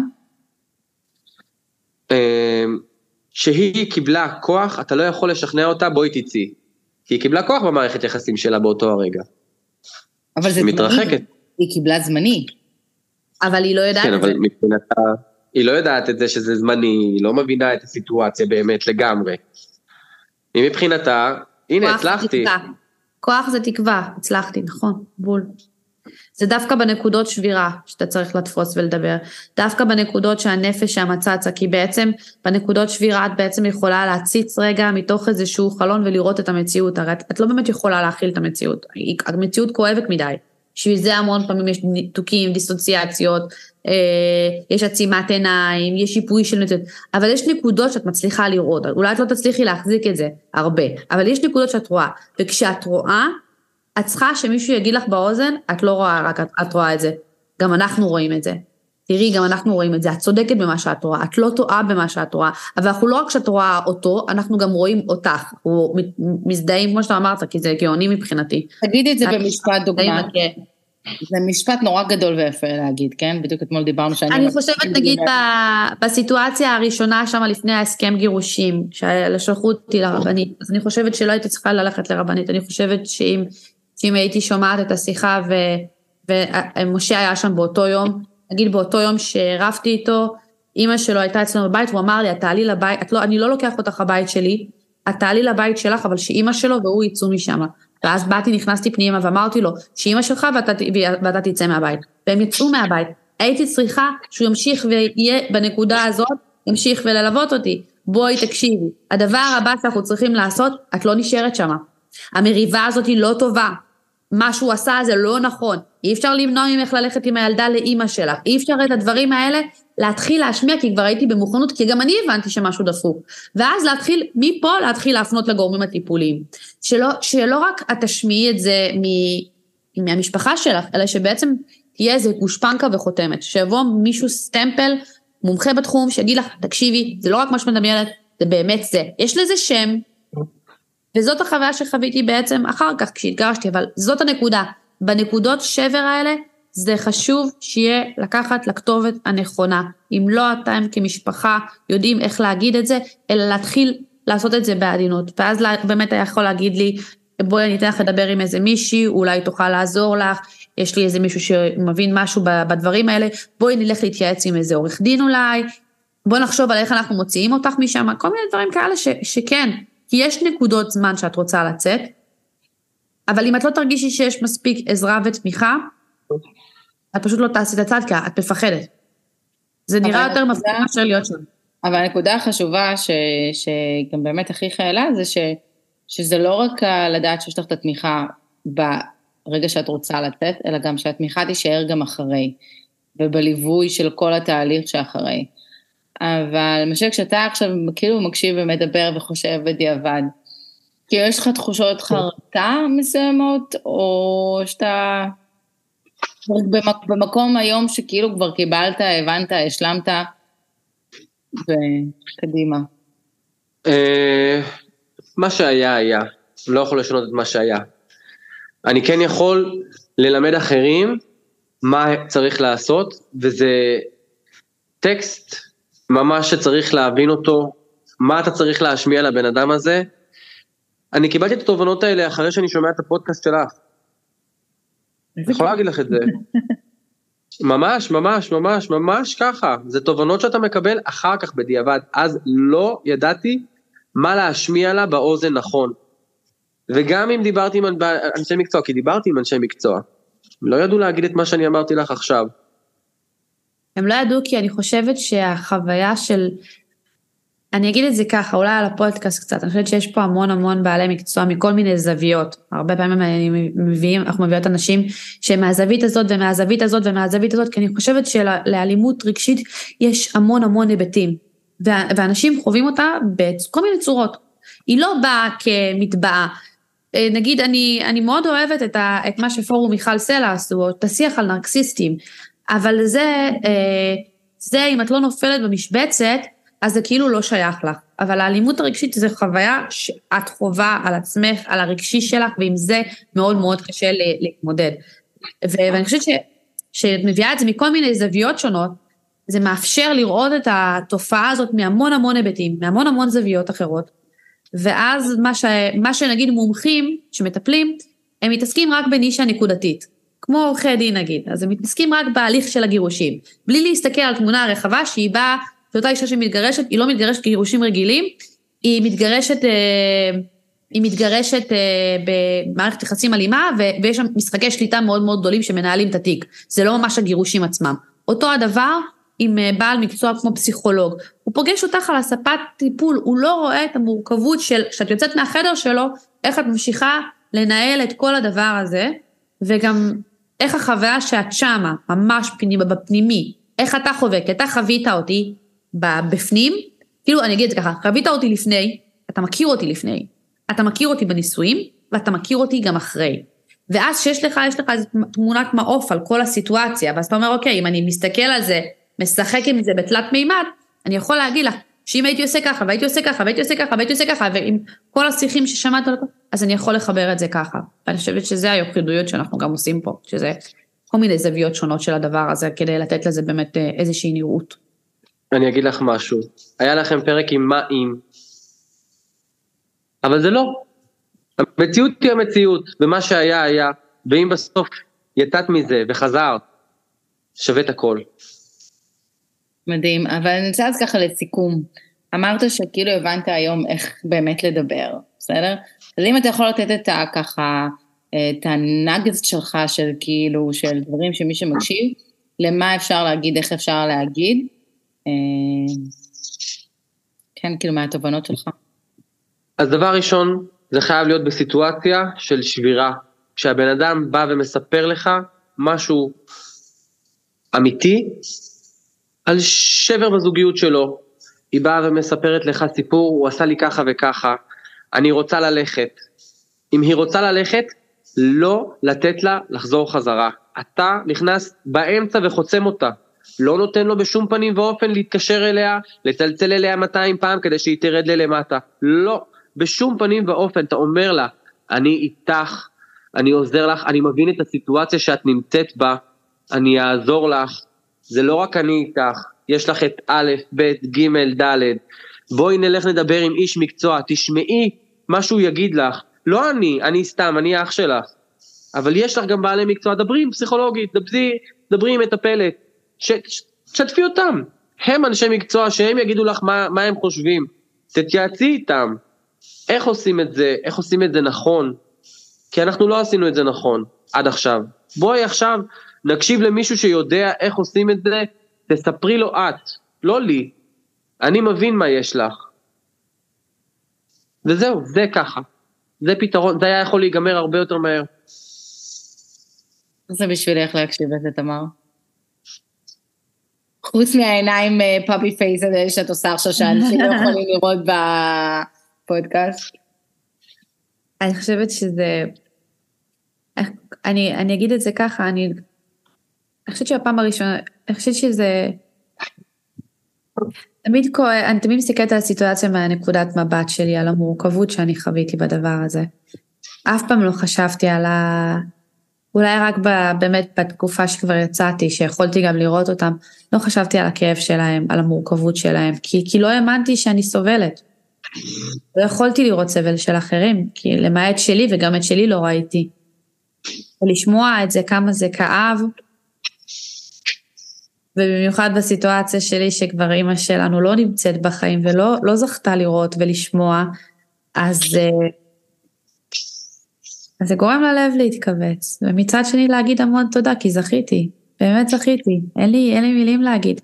שהיא קיבלה כוח, אתה לא יכול לשכנע אותה, בואי תצאי. כי היא קיבלה כוח במערכת יחסים שלה באותו הרגע. אבל זה מתרחקת. היא קיבלה זמני. אבל היא לא יודעת כן, את זה. אבל מבחינתה, היא לא יודעת את זה שזה זמני, היא לא מבינה את הסיטואציה באמת לגמרי. היא מבחינתה, הנה, הצלחתי. כוח זה תקווה, הצלחתי, נכון, בול. זה דווקא בנקודות שבירה שאתה צריך לתפוס ולדבר, דווקא בנקודות שהנפש שהמצצה, כי בעצם בנקודות שבירה את בעצם יכולה להציץ רגע מתוך איזשהו חלון ולראות את המציאות, הרי את לא באמת יכולה להכיל את המציאות, המציאות כואבת מדי, בשביל זה המון פעמים יש ניתוקים, דיסוציאציות, יש עצימת עיניים, יש שיפוי של נציאות, אבל יש נקודות שאת מצליחה לראות, אולי את לא תצליחי להחזיק את זה הרבה, אבל יש נקודות שאת רואה, וכשאת רואה, את צריכה שמישהו יגיד לך באוזן, את לא רואה, רק את רואה את זה, גם אנחנו רואים את זה. תראי, גם אנחנו רואים את זה, את צודקת במה שאת רואה, את לא טועה במה שאת רואה, אבל אנחנו לא רק שאת רואה אותו, אנחנו גם רואים אותך, אנחנו מזדהים, כמו שאתה אמרת, כי זה גאוני מבחינתי. תגידי את זה במשפט דוגמה. זה משפט נורא גדול ויפה להגיד, כן? בדיוק אתמול דיברנו שאני... אני חושבת, נגיד, בסיטואציה הראשונה שם לפני ההסכם גירושים, שלחו אותי לרבנית, אז אני חושבת שלא הייתי צריכה ללכת לרבנית, אני חושבת שאם הייתי שומעת את השיחה, ומשה היה שם באותו יום, נגיד באותו יום שרפתי איתו, אמא שלו הייתה אצלנו בבית, והוא אמר לי, את תעלי לבית, אני לא לוקח אותך הבית שלי, את תעלי לבית שלך, אבל שאמא שלו והוא יצאו משם. ואז באתי, נכנסתי פנימה ואמרתי לו, שאמא שלך ואתה תצא מהבית. והם יצאו מהבית. הייתי צריכה שהוא ימשיך ויהיה בנקודה הזאת, ימשיך וללוות אותי. בואי תקשיבי. הדבר הבא שאנחנו צריכים לעשות, את לא נשארת שמה. המריבה הזאת היא לא טובה. מה שהוא עשה זה לא נכון. אי אפשר למנוע ממך ללכת עם הילדה לאמא שלך. אי אפשר את הדברים האלה להתחיל להשמיע, כי כבר הייתי במוכנות, כי גם אני הבנתי שמשהו דפוק. ואז להתחיל להפנות לגורמים הטיפוליים. שלא רק את תשמיעי את זה מהמשפחה שלך, אלא שבעצם תהיה איזה גושפנקה וחותמת. שיבוא מישהו סטמפל, מומחה בתחום, שיגיד לך, תקשיבי, זה לא רק מה שמדמיינת, זה באמת זה. יש לזה שם, וזאת החוויה שחוויתי בעצם אחר כך כשהתגרשתי, אבל זאת הנקודה. בנקודות שבר האלה, זה חשוב שיהיה לקחת לכתובת הנכונה. אם לא אתם כמשפחה יודעים איך להגיד את זה, אלא להתחיל לעשות את זה בעדינות. ואז באמת היה יכול להגיד לי, בואי אני אתן לך לדבר עם איזה מישהי, אולי תוכל לעזור לך, יש לי איזה מישהו שמבין משהו בדברים האלה, בואי נלך להתייעץ עם איזה עורך דין אולי, בואי נחשוב על איך אנחנו מוציאים אותך משם, כל מיני דברים כאלה שכן, כי יש נקודות זמן שאת רוצה לצאת, אבל אם את לא תרגישי שיש מספיק עזרה ותמיכה, את פשוט לא תעשי את הצד, כי את מפחדת. זה נראה יותר מפחיד מאשר להיות שם. אבל הנקודה החשובה שגם באמת הכי חיילה, זה שזה לא רק לדעת שיש לך את התמיכה ברגע שאת רוצה לתת, אלא גם שהתמיכה תישאר גם אחרי, ובליווי של כל התהליך שאחרי. אבל משהו כשאתה עכשיו כאילו מקשיב ומדבר וחושב בדיעבד, כי יש לך תחושות חרטה מסוימות, או שאתה במקום היום שכאילו כבר קיבלת, הבנת, השלמת, וקדימה. מה שהיה היה, לא יכול לשנות את מה שהיה. אני כן יכול ללמד אחרים מה צריך לעשות, וזה טקסט ממש שצריך להבין אותו, מה אתה צריך להשמיע לבן אדם הזה. אני קיבלתי את התובנות האלה אחרי שאני שומע את הפודקאסט שלך. אני יכול להגיד לך את זה. ממש, ממש, ממש, ממש ככה. זה תובנות שאתה מקבל אחר כך בדיעבד. אז לא ידעתי מה להשמיע לה באוזן נכון. וגם אם דיברתי עם אנשי מקצוע, כי דיברתי עם אנשי מקצוע, הם לא ידעו להגיד את מה שאני אמרתי לך עכשיו. הם לא ידעו כי אני חושבת שהחוויה של, אני אגיד את זה ככה, אולי על הפודקאסט קצת, אני חושבת שיש פה המון המון בעלי מקצוע מכל מיני זוויות, הרבה פעמים אנחנו מביאות אנשים שמהזווית הזאת ומהזווית הזאת ומהזווית הזאת, כי אני חושבת שלאלימות רגשית יש המון המון היבטים, ואנשים חווים אותה בכל מיני צורות, היא לא באה כמטבעה, נגיד אני מאוד אוהבת את מה שפורום מיכל סלע עשו, את השיח על נרקסיסטים, אבל זה אם את לא נופלת במשבצת, אז זה כאילו לא שייך לך, אבל האלימות הרגשית זה חוויה שאת חובה על עצמך, על הרגשי שלך, ועם זה מאוד מאוד קשה להתמודד. ואני חושבת שאת מביאה את זה מכל מיני זוויות שונות, זה מאפשר לראות את התופעה הזאת מהמון המון היבטים, מהמון המון זוויות אחרות, ואז מה שנגיד מומחים שמטפלים, הם מתעסקים רק בנישה נקודתית, כמו עורכי דין נגיד, אז הם מתעסקים רק בהליך של הגירושים, בלי להסתכל על תמונה הרחבה שהיא באה, שאותה אישה שמתגרשת, היא לא מתגרשת כגירושים רגילים, היא מתגרשת במערכת יחסים אלימה, ויש שם משחקי שליטה מאוד מאוד גדולים שמנהלים את התיק, זה לא ממש הגירושים עצמם. אותו הדבר עם בעל מקצוע כמו פסיכולוג, הוא פוגש אותך על הספת טיפול, הוא לא רואה את המורכבות של, כשאת יוצאת מהחדר שלו, איך את ממשיכה לנהל את כל הדבר הזה, וגם איך החוויה שאת שמה, ממש בפנימי, איך אתה חווה, כי אתה חווית אותי בפנים, כאילו אני אגיד את זה ככה, חווית אותי לפני, אתה מכיר אותי לפני, אתה מכיר אותי בניסויים, ואתה מכיר אותי גם אחרי. ואז שיש לך איזו תמונת מעוף על כל הסיטואציה, ואז אתה אומר, אוקיי, אם אני מסתכל על זה משחק עם זה בתלת מימד, אני יכול להגיד לך, שאם הייתי עושה ככה, והייתי עושה ככה, והייתי עושה ככה, והייתי עושה ככה, ועם כל השיחים ששמעת, אז אני יכול לחבר את זה ככה. ואני חושבת שזה היחידויות שאנחנו גם עושים פה, שזה כל מיני זוויות שונות של הדבר הזה, כדי לתת לזה באמת איזושהי נראות. אני אגיד לך משהו, היה לכם פרק עם מה אם, אבל זה לא. המציאות היא המציאות, ומה שהיה היה, ואם בסוף יתת מזה וחזרת, שווה את הכל. מדהים, אבל אני רוצה אז ככה לסיכום. אמרת שכאילו הבנת היום איך באמת לדבר, בסדר? אז אם אתה יכול לתת את ככה, את הנגז שלך של כאילו, של דברים שמי שמקשיב, למה אפשר להגיד, איך אפשר להגיד, כן, כאילו מהתובנות שלך. אז דבר ראשון, זה חייב להיות בסיטואציה של שבירה. כשהבן אדם בא ומספר לך משהו אמיתי, על שבר בזוגיות שלו, היא באה ומספרת לך סיפור, הוא עשה לי ככה וככה, אני רוצה ללכת. אם היא רוצה ללכת, לא לתת לה לחזור חזרה. אתה נכנס באמצע וחוצם אותה. לא נותן לו בשום פנים ואופן להתקשר אליה, לצלצל אליה 200 פעם כדי שהיא תרד למטה. לא, בשום פנים ואופן. אתה אומר לה, אני איתך, אני עוזר לך, אני מבין את הסיטואציה שאת נמצאת בה, אני אעזור לך. זה לא רק אני איתך, יש לך את א', ב', ג', ד', בואי נלך לדבר עם איש מקצוע, תשמעי מה שהוא יגיד לך, לא אני סתם, אני אח שלך, אבל יש לך גם בעלי מקצוע, דברי עם פסיכולוגית, דברי עם מטפלת, שתפי אותם, הם אנשי מקצוע שהם יגידו לך מה הם חושבים, תתייעצי איתם, איך עושים את זה נכון, כי אנחנו לא עשינו את זה נכון עד עכשיו, בואי עכשיו נקשיב למישהו שיודע איך עושים את זה, תספרי לו את, לא לי, אני מבין מה יש לך. וזהו, זה ככה. זה פתרון, זה היה יכול להיגמר הרבה יותר מהר. זה בשבילי איך להקשיב לזה, תמר. חוץ מהעיניים פאבי פייס הזה שאת עושה עכשיו, שאנשים לא יכולים לראות בפודקאסט. אני חושבת שזה, אני אגיד את זה ככה, אני חושבת שהפעם הראשונה, אני חושבת שזה, אני תמיד מסתכלת על הסיטואציה מהנקודת מבט שלי, על המורכבות שאני חוויתי בדבר הזה. אף פעם לא חשבתי על אולי רק באמת בתקופה שכבר יצאתי, שיכולתי גם לראות אותם, לא חשבתי על הכאב שלהם, על המורכבות שלהם, כי לא האמנתי שאני סובלת. לא יכולתי לראות סבל של אחרים, כי למעט שלי וגם את שלי לא ראיתי. ולשמוע את זה, כמה זה כאב, ובמיוחד בסיטואציה שלי שכבר אמא שלנו לא נמצאת בחיים ולא זכתה לראות ולשמוע, אז זה גורם ללב להתכווץ, ומצד שני להגיד המון תודה, כי זכיתי, באמת זכיתי, אין לי מילים להגיד,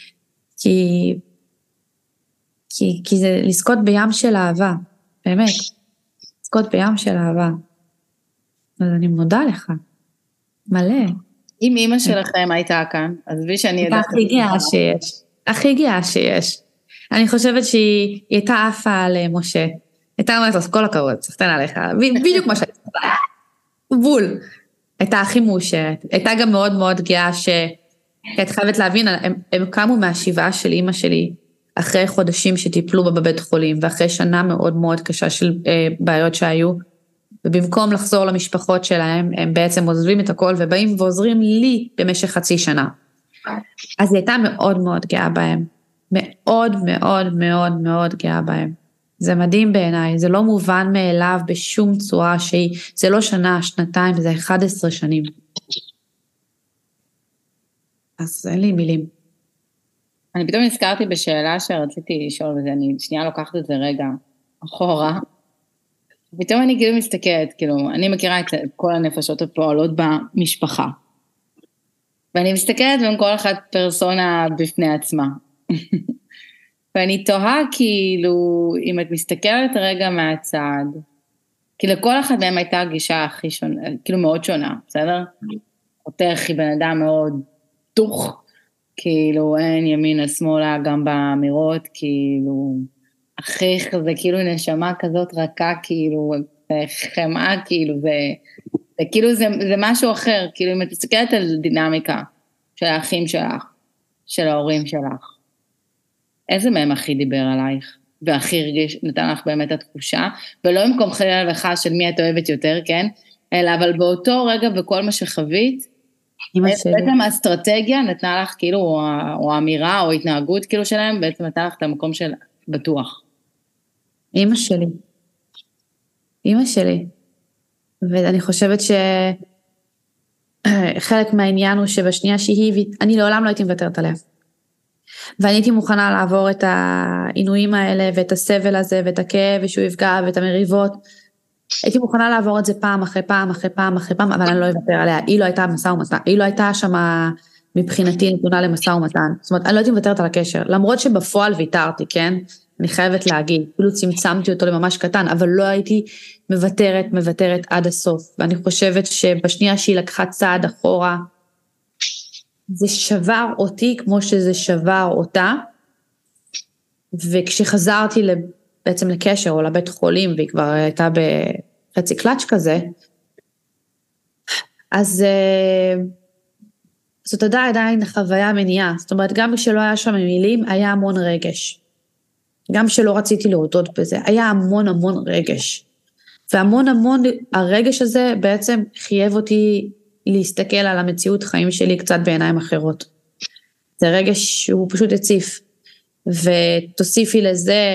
כי זה לזכות בים של אהבה, באמת, לזכות בים של אהבה, אז אני מודה לך, מלא. אם אמא שלכם הייתה כאן, אז בי שאני ידעת. הכי גאה שיש. אני חושבת שהיא הייתה עפה על משה. הייתה אומרת לו, כל הכבוד, סחטן עליך. בדיוק מה שהייתה. בול. הייתה הכי מאושרת. הייתה גם מאוד מאוד גאה את חייבת להבין, הם קמו מהשבעה של אמא שלי, אחרי חודשים שטיפלו בה בבית חולים, ואחרי שנה מאוד מאוד קשה של בעיות שהיו, ובמקום לחזור למשפחות שלהם, הם בעצם עוזבים את הכל, ובאים ועוזרים לי במשך חצי שנה. אז היא הייתה מאוד מאוד גאה בהם. מאוד מאוד מאוד מאוד גאה בהם. זה מדהים בעיניי, זה לא מובן מאליו בשום צורה שהיא, זה לא שנה, שנתיים, זה 11 שנים. אז אין לי מילים. אני פתאום נזכרתי בשאלה שרציתי לשאול, ואני שנייה לוקחת את זה רגע אחורה, פתאום אני כאילו מסתכלת, כאילו, אני מכירה את כל הנפשות הפועלות במשפחה, ואני מסתכלת בין כל אחת פרסונה בפני עצמה, ואני תוהה כאילו, אם את מסתכלת רגע מהצד, כי לכל אחת מהם הייתה גישה הכי שונה, כאילו מאוד שונה, בסדר? אותך היא בן אדם מאוד תוך, כאילו אין ימינה שמאלה גם באמירות, כאילו, אחיך זה כאילו נשמה כזאת רכה, כאילו, חמאה, כאילו, כאילו זה משהו אחר, כאילו אם את מסתכלת על דינמיקה של האחים שלך, של ההורים שלך, איזה מהם הכי דיבר עלייך, והכי הרגיש, נתן לך באמת התחושה, ולא במקום חלילה לך של מי את אוהבת יותר, כן? אלא אבל באותו רגע וכל מה שחווית, בעצם האסטרטגיה נתנה לך כאילו, או האמירה או התנהגות כאילו שלהם, בעצם נתנה לך את המקום של בטוח. אמא שלי. ואני חושבת שחלק מהעניין הוא שבשנייה שהיא, אני לעולם לא הייתי מוותרת עליה. ואני הייתי מוכנה לעבור את העינויים האלה, ואת הסבל הזה, ואת הכאב, ושהוא יפגע, ואת המריבות. הייתי מוכנה לעבור את זה פעם אחרי פעם, אבל אני לא אוותר עליה. היא לא הייתה משא ומתן, היא לא הייתה שם מבחינתי נתונה למשא ומתן. זאת אומרת, אני לא הייתי מוותרת על הקשר, למרות שבפועל ויתרתי, כן? אני חייבת להגיד, כאילו צמצמתי אותו לממש קטן, אבל לא הייתי מוותרת עד הסוף. ואני חושבת שבשנייה שהיא לקחה צעד אחורה, זה שבר אותי כמו שזה שבר אותה, וכשחזרתי בעצם לקשר או לבית חולים, והיא כבר הייתה בחצי קלאץ' כזה, אז זאת עדיין חוויה מניעה, זאת אומרת גם כשלא היה שם מילים, היה המון רגש, גם כשלא רציתי להודות בזה, היה המון רגש, והמון הרגש הזה בעצם חייב אותי להסתכל על המציאות חיים שלי קצת בעיניים אחרות. זה רגש שהוא פשוט הציף, ותוסיפי לזה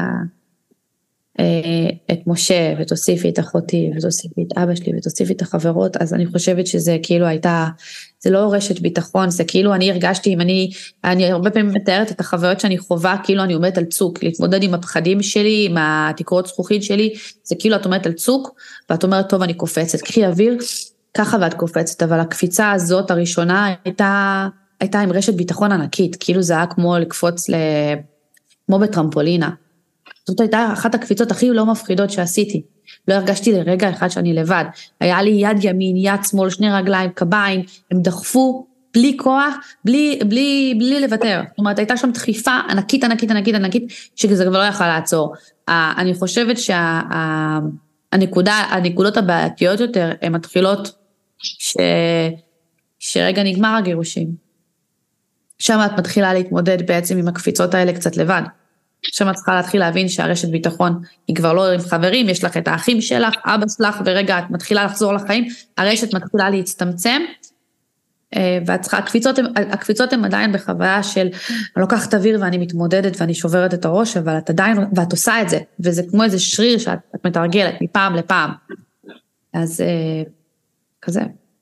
את משה, ותוסיפי את אחותי, ותוסיפי את אבא שלי, ותוסיפי את החברות, אז אני חושבת שזה כאילו זה לא רשת ביטחון, זה כאילו אני הרגשתי, אני הרבה פעמים מתארת את החוויות שאני חווה, כאילו אני עומדת על צוק, להתמודד עם הפחדים שלי, עם התקרות זכוכית שלי, זה כאילו את עומדת על צוק, ואת אומרת, טוב, אני קופצת, קחי אוויר, ככה ואת קופצת, אבל הקפיצה הזאת הראשונה הייתה עם רשת ביטחון ענקית, כאילו זה היה כמו לקפוץ כמו בטרמפולינה. זאת הייתה אחת הקפיצות הכי לא מפחידות שעשיתי. לא הרגשתי לרגע אחד שאני לבד. היה לי יד ימין, יד שמאל, שני רגליים, קביים, הם דחפו בלי כוח, בלי לוותר. זאת אומרת, הייתה שם דחיפה ענקית, שזה כבר לא יכל לעצור. אני חושבת הנקודות הבעייתיות יותר, הן מתחילות שרגע נגמר הגירושים. שם את מתחילה להתמודד בעצם עם הקפיצות האלה קצת לבד. שם את צריכה להתחיל להבין שהרשת ביטחון היא כבר לא עם חברים, יש לך את האחים שלך, אבא שלך, ורגע את מתחילה לחזור לחיים, הרשת מתחילה להצטמצם, ואת צריכה, הקפיצות הן עדיין בחוויה של, אני לוקחת אוויר ואני מתמודדת ואני שוברת את הראש, אבל את עדיין, ואת עושה את זה, וזה כמו איזה שריר שאת מתרגלת מפעם לפעם. אז כזה.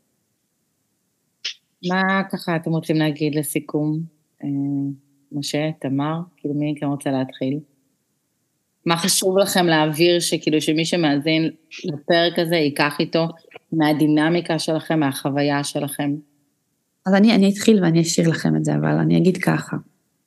מה ככה אתם רוצים להגיד לסיכום? משה, תמר, כאילו מי כאן רוצה להתחיל? מה חשוב לכם להעביר שכאילו שמי שמאזין לפרק הזה ייקח איתו מהדינמיקה שלכם, מהחוויה שלכם? אז אני אתחיל ואני אשאיר לכם את זה, אבל אני אגיד ככה.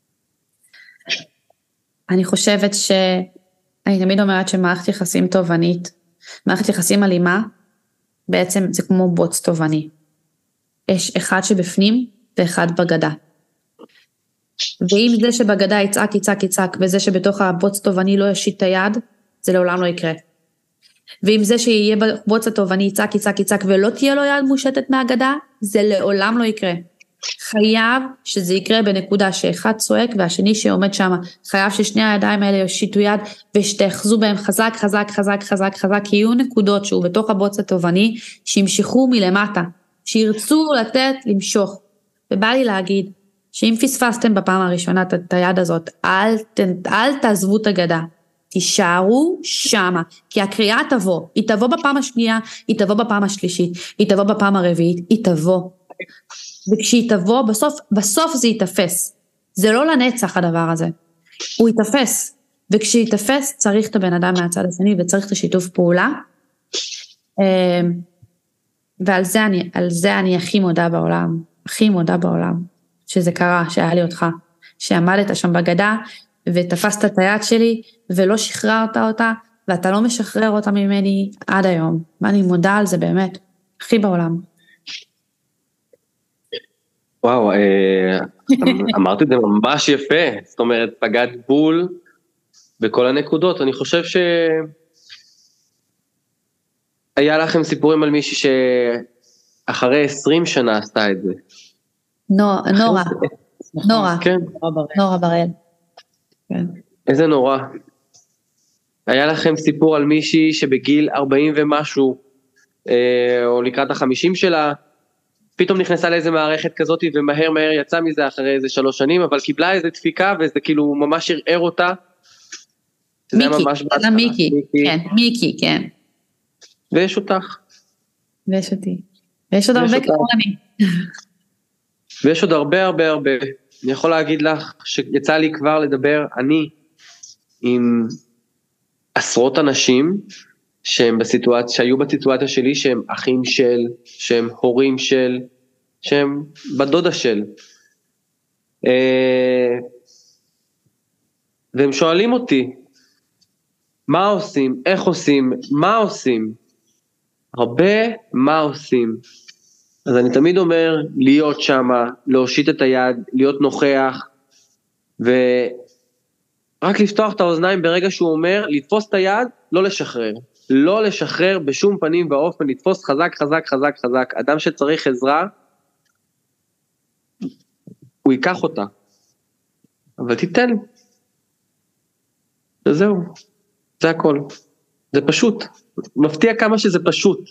אני חושבת אני תמיד אומרת שמערכת יחסים תובענית, מערכת יחסים אלימה, בעצם זה כמו בוץ תובעני. יש אחד שבפנים ואחד בגדה. ואם זה שבגדה יצעק, וזה שבתוך הבוץ תובעני לא ישיט את היד, זה לעולם לא יקרה. ואם זה שיהיה בבוץ התובעני יצעק, ולא תהיה לו יד מושטת מהגדה, זה לעולם לא יקרה. חייב שזה יקרה בנקודה שאחד צועק, והשני שעומד שם, חייב ששני הידיים האלה יושיטו יד, ושתאחזו בהם חזק, כי יהיו נקודות שהוא בתוך הבוץ התובעני, שימשכו מלמטה, שירצו לתת למשוך. ובא לי להגיד, שאם פספסתם בפעם הראשונה את היד הזאת, אל תעזבו את הגדה, תישארו שמה, כי הקריאה תבוא, היא תבוא בפעם השנייה, היא תבוא בפעם השלישית, היא תבוא בפעם הרביעית, היא תבוא, וכשהיא תבוא, בסוף זה יתפס, זה לא לנצח הדבר הזה, הוא יתפס, וכשהיא צריך את הבן אדם מהצד השני, וצריך את השיתוף פעולה, ועל זה אני הכי מודה בעולם, שזה קרה, שהיה לי אותך, שעמדת שם בגדה, ותפסת את היד שלי, ולא שחררת אותה, ואתה לא משחרר אותה ממני עד היום, ואני מודה על זה באמת, הכי בעולם. וואו, אמרת את זה ממש יפה, זאת אומרת, פגעת בול, בכל הנקודות, אני חושב היה לכם סיפורים על מישהי שאחרי 20 שנה עשתה את זה. נורא. נורא. כן. נורא בראל. כן. איזה נורא. היה לכם סיפור על מישהי שבגיל 40 ומשהו, או לקראת ה-50 שלה, פתאום נכנסה לאיזה מערכת כזאת, ומהר מהר יצא מזה אחרי איזה 3 שנים, אבל קיבלה איזה דפיקה, וזה כאילו ממש ערער אותה. מיקי, זה מיקי, כן, מיקי, כן. ויש אותך. ויש אותי. ויש עוד הרבה כמוני. ויש עוד הרבה הרבה הרבה. אני יכול להגיד לך שיצא לי כבר לדבר, אני, עם עשרות אנשים, שהיו בסיטואציה שלי, שהם אחים של, שהם הורים של, שהם בדודה של. והם שואלים אותי, מה עושים, איך עושים, מה עושים? הרבה מה עושים. אז אני תמיד אומר, להיות שמה, להושיט את היד, להיות נוכח, ורק לפתוח את האוזניים ברגע שהוא אומר, לתפוס את היד, לא לשחרר. לא לשחרר בשום פנים ואופן, לתפוס חזק, חזק, חזק, חזק. אדם שצריך עזרה, הוא ייקח אותה. אבל תיתן. וזהו. זה הכל. זה פשוט. מפתיע כמה שזה פשוט.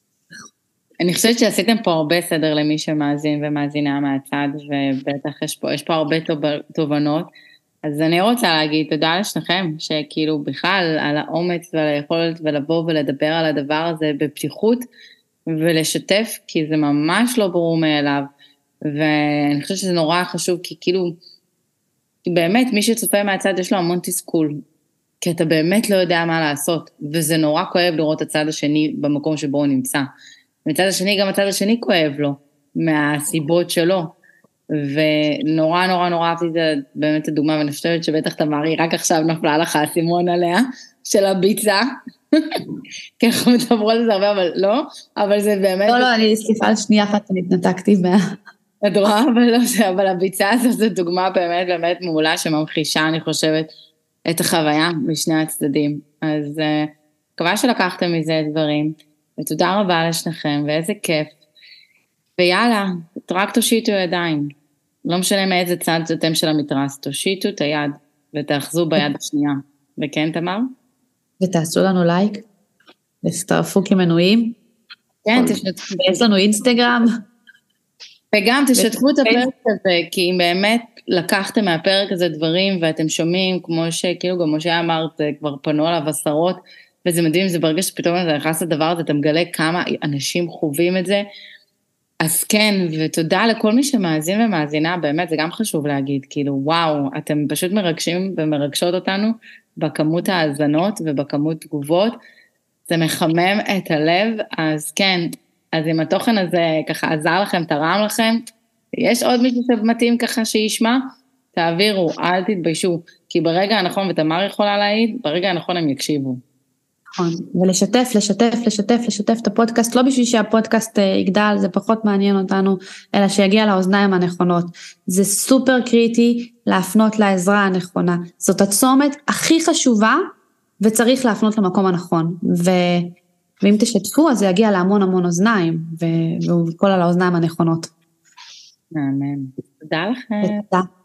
אני חושבת שעשיתם פה הרבה סדר למי שמאזין ומאזינה מהצד, ובטח יש פה הרבה תובנות. אז אני רוצה להגיד תודה לשניכם, שכאילו בכלל על האומץ ועל היכולת ולבוא ולדבר על הדבר הזה בפתיחות, ולשתף, כי זה ממש לא ברור מאליו, ואני חושבת שזה נורא חשוב, כי כאילו, באמת מי שצופה מהצד יש לו המון תסכול, כי אתה באמת לא יודע מה לעשות, וזה נורא כואב לראות את הצד השני במקום שבו הוא נמצא. מצד השני, גם הצד השני כואב לו, מהסיבות שלו, ונורא נורא נורא אהבתי באמת הדוגמה, ואני חושבת שבטח תמרי רק עכשיו נפלה לך הסימון עליה, של הביצה, כי אנחנו מדברות על זה הרבה, אבל לא, אבל זה באמת... לא, אני סליחה על שנייה אחת, אני התנתקתי את רואה, אבל הביצה הזאת זו דוגמה באמת באמת מעולה, שממחישה, אני חושבת, את החוויה משני הצדדים. אז מקווה שלקחתם מזה דברים, ותודה רבה לשניכם, ואיזה כיף. ויאללה, רק תושיטו ידיים. לא משנה מאיזה צד אתם של המתרס, תושיטו את היד, ותאחזו ביד השנייה. וכן, תמר? ותעשו לנו לייק, ותצטרפו כמנויים. כן, תשתתפו. ויש לנו אינסטגרם. וגם תשתתפו את הפרק הזה, כי אם באמת לקחתם מהפרק הזה דברים, ואתם שומעים, כמו שכאילו גם משה אמרת, כבר פנו עליו עשרות, וזה מדהים, זה ברגע שפתאום אתה נכנס לדבר הזה, אתה מגלה כמה אנשים חווים את זה, אז כן, ותודה לכל מי שמאזין ומאזינה, באמת זה גם חשוב להגיד, כאילו וואו, אתם פשוט מרגשים ומרגשות אותנו, בכמות האזנות ובכמות תגובות, זה מחמם את הלב, אז כן, אז אם התוכן הזה ככה עזר לכם, תרם לכם, יש עוד מישהו שמתאים ככה שישמע, תעבירו, אל תתביישו, כי ברגע הנכון, ותמר יכולה להעיד, ברגע הנכון הם יקשיבו. נכון, ולשתף את הפודקאסט, לא בשביל שהפודקאסט יגדל, זה פחות מעניין אותנו, אלא שיגיע לאוזניים הנכונות. זה סופר קריטי להפנות לעזרה הנכונה. זאת הצומת הכי חשובה, וצריך להפנות למקום הנכון. ואם תשתפו, אז זה יגיע להמון המון אוזניים, והוא ייפול על האוזניים הנכונות. אמן. תודה לכם. תודה.